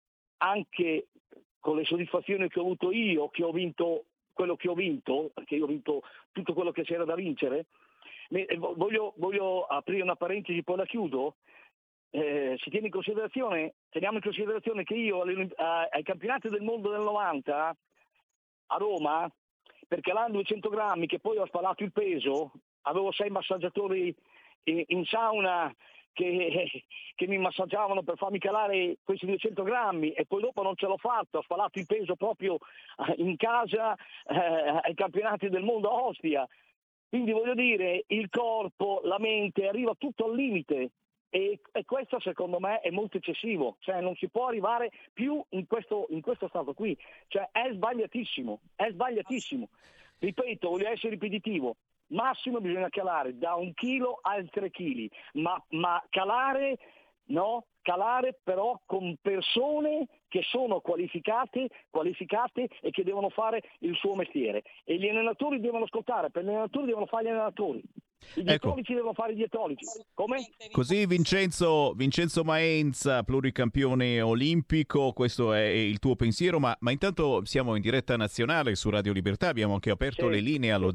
con le soddisfazioni che ho avuto io, che ho vinto quello che ho vinto, perché io ho vinto tutto quello che c'era da vincere. Voglio aprire una parentesi, poi la chiudo. Teniamo in considerazione che io ai campionati del mondo del 90 a Roma, per calare 200 grammi, che poi ho spalato il peso, avevo 6 massaggiatori in sauna che mi massaggiavano per farmi calare questi 200 grammi, e poi dopo non ce l'ho fatto, ho spalato il peso proprio in casa ai campionati del mondo a Ostia. Quindi voglio dire, il corpo, la mente arriva tutto al limite. E questo secondo me è molto eccessivo, cioè non si può arrivare più in questo stato qui, cioè è sbagliatissimo. Ripeto, voglio essere ripetitivo, massimo bisogna calare da 1 chilo a 3 kg, ma calare però con persone che sono qualificate e che devono fare il suo mestiere, e gli allenatori devono ascoltare, per gli allenatori devono fare gli allenatori. I dietolici devono fare i dietolici. Come? Così Vincenzo Maenza, pluricampione olimpico, questo è il tuo pensiero, ma intanto siamo in diretta nazionale su Radio Libertà, abbiamo anche aperto le linee allo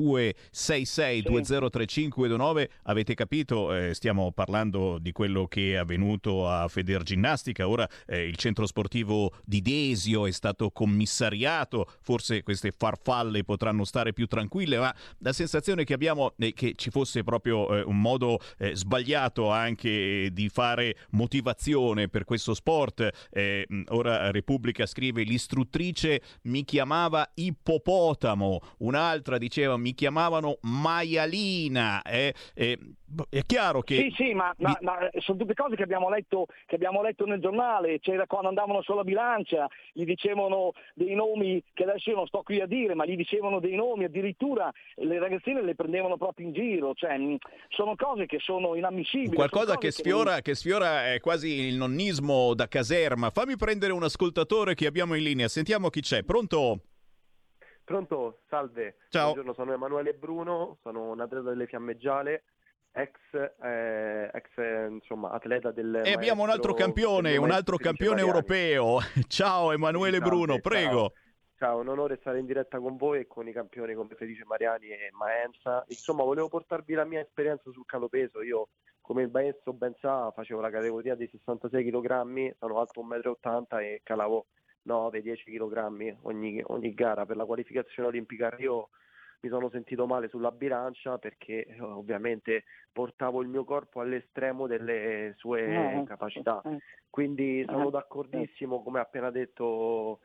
0266203529. Avete capito, stiamo parlando di quello che è avvenuto a Federginnastica. Ora il centro sportivo di Desio è stato commissariato, forse queste farfalle potranno stare più tranquille, ma la sensazione che abbiamo è che ci fosse proprio un modo sbagliato anche di fare motivazione per questo sport. Ora Repubblica scrive: l'istruttrice mi chiamava ippopotamo, un'altra diceva mi chiamavano maialina. È chiaro che sì, ma sono tutte cose che abbiamo letto nel giornale. C'era quando andavano sulla bilancia, gli dicevano dei nomi che adesso io non sto qui a dire, ma gli dicevano dei nomi, addirittura le ragazzine le prendevano proprio in giro. Cioè, sono cose che sono inammissibili. Qualcosa che sfiora quasi il nonnismo da caserma. Fammi prendere un ascoltatore che abbiamo in linea, sentiamo chi c'è. Pronto? Pronto, salve. Ciao. Buongiorno, sono Emanuele Bruno, sono un atleta delle Fiamme Gialle, ex insomma atleta del E abbiamo un altro campione europeo. Ciao Emanuele Bruno, prego. Ciao, un onore stare in diretta con voi e con i campioni come Felice Mariani e Maenza. Insomma, volevo portarvi la mia esperienza sul calopeso. Io, come il maestro ben sa, facevo la categoria dei 66 kg, sono alto 1,80 m e calavo 9-10 kg ogni gara. Per la qualificazione olimpica io mi sono sentito male sulla bilancia perché ovviamente portavo il mio corpo all'estremo delle sue capacità. Quindi sono d'accordissimo, come ha appena detto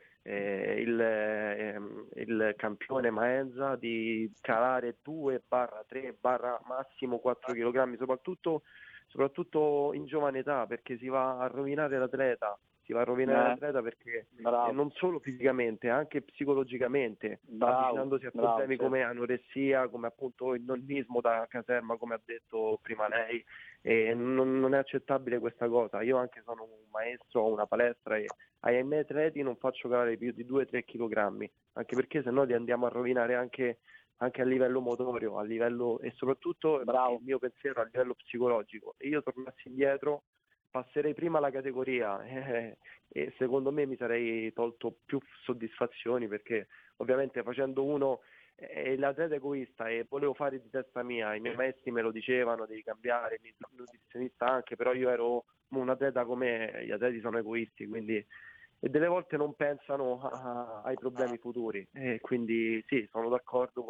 il campione Maenza, di calare 2-3 massimo 4 kg, soprattutto in giovane età, perché si va a rovinare l'atleta. Perché non solo fisicamente, anche psicologicamente, avvicinandosi a problemi come anoressia, come appunto il nonnismo da caserma, come ha detto prima lei, e non è accettabile questa cosa. Io anche sono un maestro, ho una palestra e ai miei atleti non faccio calare più di 2-3 kg, anche perché sennò li andiamo a rovinare anche a livello motorio, a livello, e soprattutto il mio pensiero a livello psicologico. E io tornassi indietro, passerei prima la categoria e secondo me mi sarei tolto più soddisfazioni, perché ovviamente facendo uno l'atleta egoista e volevo fare di testa mia, i miei maestri me lo dicevano, devi cambiare, il nutrizionista anche, però io ero un atleta come gli atleti sono egoisti, quindi, e delle volte non pensano ai problemi futuri, e quindi sì, sono d'accordo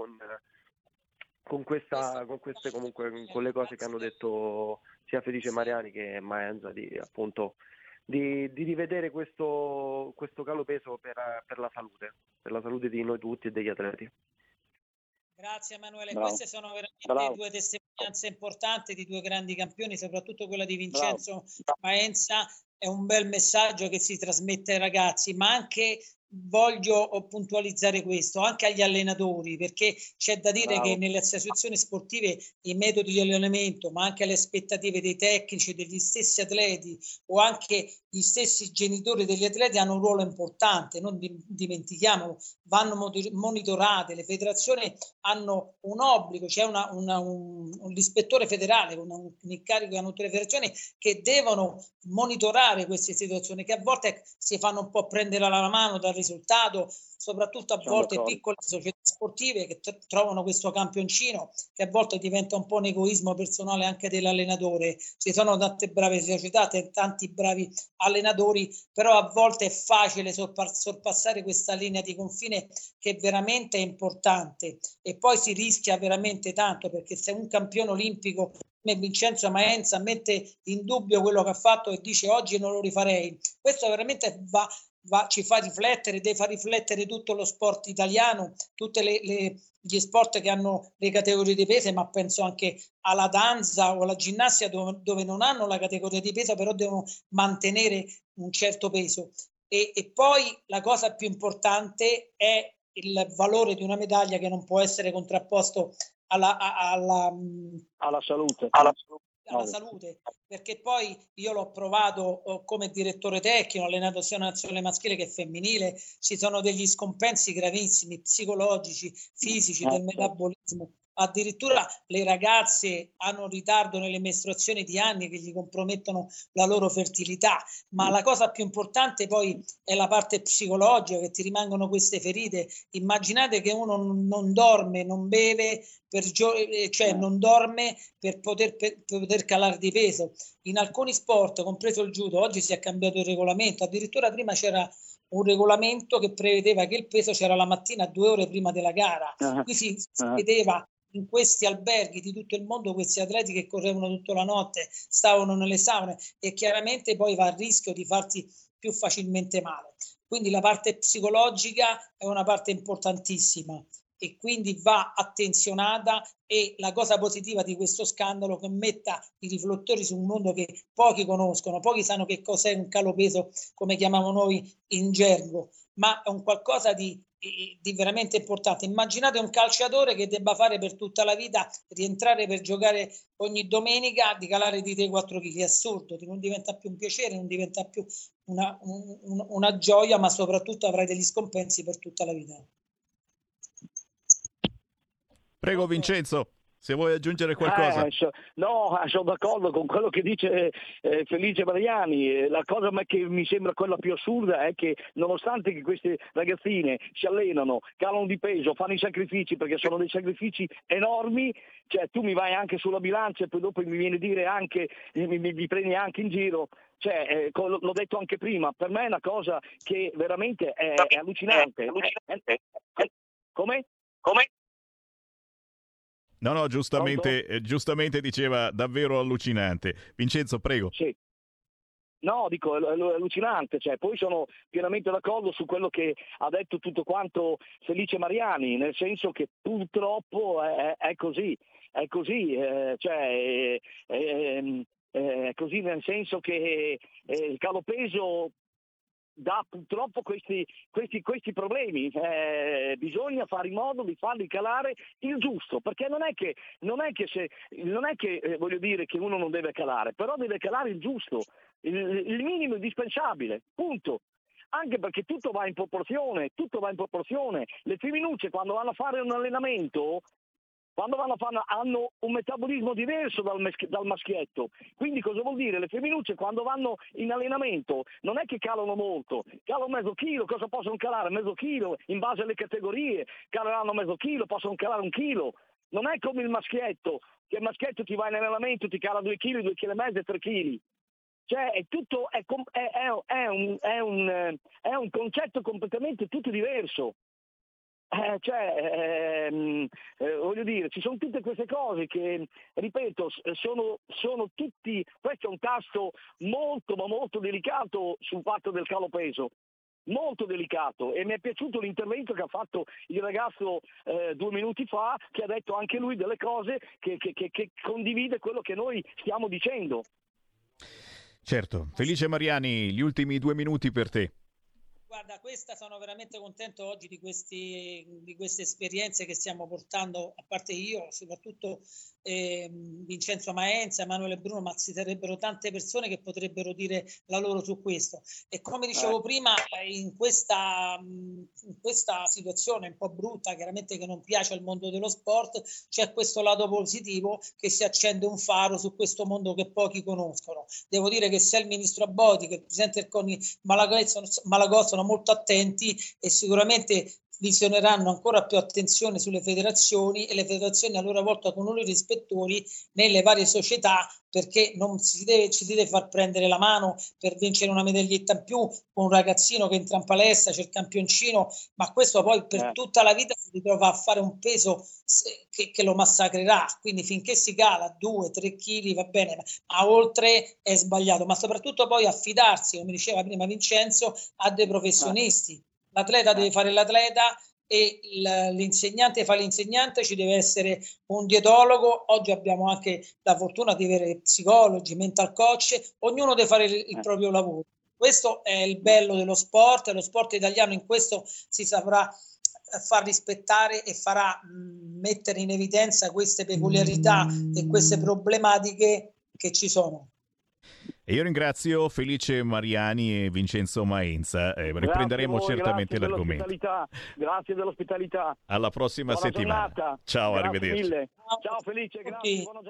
con queste comunque con le cose che hanno detto sia Felice Mariani che Maenza, di rivedere questo calopeso per la salute di noi tutti e degli atleti. Grazie Emanuele, queste sono veramente due testimonianze importanti di due grandi campioni, soprattutto quella di Vincenzo Maenza. È un bel messaggio che si trasmette ai ragazzi, ma anche voglio puntualizzare questo anche agli allenatori, perché c'è da dire che nelle associazioni sportive i metodi di allenamento, ma anche le aspettative dei tecnici, degli stessi atleti o anche gli stessi genitori degli atleti hanno un ruolo importante, non dimentichiamolo, vanno monitorate, le federazioni hanno un obbligo, c'è l'ispettore federale con un incarico che hanno tutte le federazioni che devono monitorare queste situazioni che a volte si fanno un po' prendere alla mano dal risultato, soprattutto a volte piccole società sportive che trovano questo campioncino che a volte diventa un po' un egoismo personale anche dell'allenatore. Ci sono tante brave società, tanti bravi allenatori, però a volte è facile sorpassare questa linea di confine che veramente è importante, e poi si rischia veramente tanto, perché se un campione olimpico come Vincenzo Maenza mette in dubbio quello che ha fatto e dice oggi non lo rifarei, questo veramente ci fa riflettere, deve far riflettere tutto lo sport italiano, tutti gli sport che hanno le categorie di peso, ma penso anche alla danza o alla ginnastica dove non hanno la categoria di peso, però devono mantenere un certo peso. E poi la cosa più importante è il valore di una medaglia che non può essere contrapposto alla salute. Alla salute, perché poi io l'ho provato come direttore tecnico, ho allenato sia una nazionale maschile che femminile, ci sono degli scompensi gravissimi, psicologici, fisici, del metabolismo. Addirittura le ragazze hanno un ritardo nelle mestruazioni di anni che gli compromettono la loro fertilità, ma la cosa più importante poi è la parte psicologica, che ti rimangono queste ferite. Immaginate che uno non dorme, non beve, non dorme per poter calare di peso. In alcuni sport, compreso il judo, oggi si è cambiato il regolamento, addirittura prima c'era un regolamento che prevedeva che il peso c'era la mattina 2 ore prima della gara, qui si vedeva in questi alberghi di tutto il mondo questi atleti che correvano tutta la notte, stavano nelle saune e chiaramente poi va a rischio di farti più facilmente male. Quindi la parte psicologica è una parte importantissima e quindi va attenzionata, e la cosa positiva di questo scandalo che metta i riflettori su un mondo che pochi conoscono, pochi sanno che cos'è un calo peso, come chiamiamo noi in gergo, ma è un qualcosa di veramente importante. Immaginate un calciatore che debba fare per tutta la vita, rientrare per giocare ogni domenica, di calare di 3-4 kg, è assurdo, non diventa più un piacere, non diventa più una gioia, ma soprattutto avrai degli scompensi per tutta la vita. Prego Vincenzo, se vuoi aggiungere qualcosa. No, sono d'accordo con quello che dice Felice Mariani. La cosa che mi sembra quella più assurda è che nonostante che queste ragazzine si allenano, calano di peso, fanno i sacrifici, perché sono dei sacrifici enormi, cioè tu mi vai anche sulla bilancia e poi dopo mi viene a dire anche, mi prendi anche in giro. Cioè, l'ho detto anche prima, per me è una cosa che veramente è allucinante. Come? No, giustamente diceva davvero allucinante. Vincenzo, prego. Sì. No, dico, è allucinante, cioè, poi sono pienamente d'accordo su quello che ha detto tutto quanto Felice Mariani, nel senso che purtroppo è così, è così nel senso che il calo peso dà purtroppo questi problemi, bisogna fare in modo di farli calare il giusto, perché non è che voglio dire che uno non deve calare, però deve calare il giusto, il minimo indispensabile, punto. Anche perché tutto va in proporzione. Le femminucce quando vanno a fare un allenamento, hanno un metabolismo diverso dal maschietto. Quindi cosa vuol dire? Le femminucce quando vanno in allenamento non è che calano molto, calano mezzo chilo. Cosa possono calare? Mezzo chilo, in base alle categorie caleranno mezzo chilo, possono calare 1 chilo. Non è come il maschietto, che il maschietto ti va in allenamento, ti cala 2 kg, 2,5 kg, 3 kg. Cioè è un concetto completamente tutto diverso. Voglio dire, ci sono tutte queste cose che, ripeto, sono tutti, questo è un tasto molto ma molto delicato sul fatto del calo peso, molto delicato, e mi è piaciuto l'intervento che ha fatto il ragazzo 2 minuti fa, che ha detto anche lui delle cose che condivide quello che noi stiamo dicendo. Certo, Felice Mariani, gli ultimi 2 minuti per te. Guarda, sono veramente contento oggi di queste esperienze che stiamo portando, a parte io, soprattutto Vincenzo Maenza, Emanuele Bruno, ma ci sarebbero tante persone che potrebbero dire la loro su questo. E come dicevo prima, in questa situazione un po' brutta, chiaramente che non piace al mondo dello sport, c'è questo lato positivo che si accende un faro su questo mondo che pochi conoscono. Devo dire che sia il ministro Abodi che il presidente del CONI Malagò sono molto attenti e sicuramente visioneranno ancora più attenzione sulle federazioni, e le federazioni a loro volta con loro ispettori nelle varie società, perché non ci si deve far prendere la mano per vincere una medaglietta in più con un ragazzino che entra in palestra, c'è il campioncino, ma questo poi per tutta la vita si ritrova a fare un peso che lo massacrerà. Quindi finché si cala 2-3 kg va bene, ma oltre è sbagliato, ma soprattutto poi affidarsi, come diceva prima Vincenzo, a dei professionisti. L'atleta deve fare l'atleta e l'insegnante fa l'insegnante, ci deve essere un dietologo. Oggi abbiamo anche la fortuna di avere psicologi, mental coach, ognuno deve fare il proprio lavoro. Questo è il bello dello sport, e lo sport italiano in questo si saprà far rispettare e farà mettere in evidenza queste peculiarità e queste problematiche che ci sono. E io ringrazio Felice Mariani e Vincenzo Maenza, riprenderemo certamente l'argomento. Grazie dell'ospitalità. Alla prossima settimana. Giornata. Ciao, grazie arrivederci. Mille. Ciao Felice, grazie.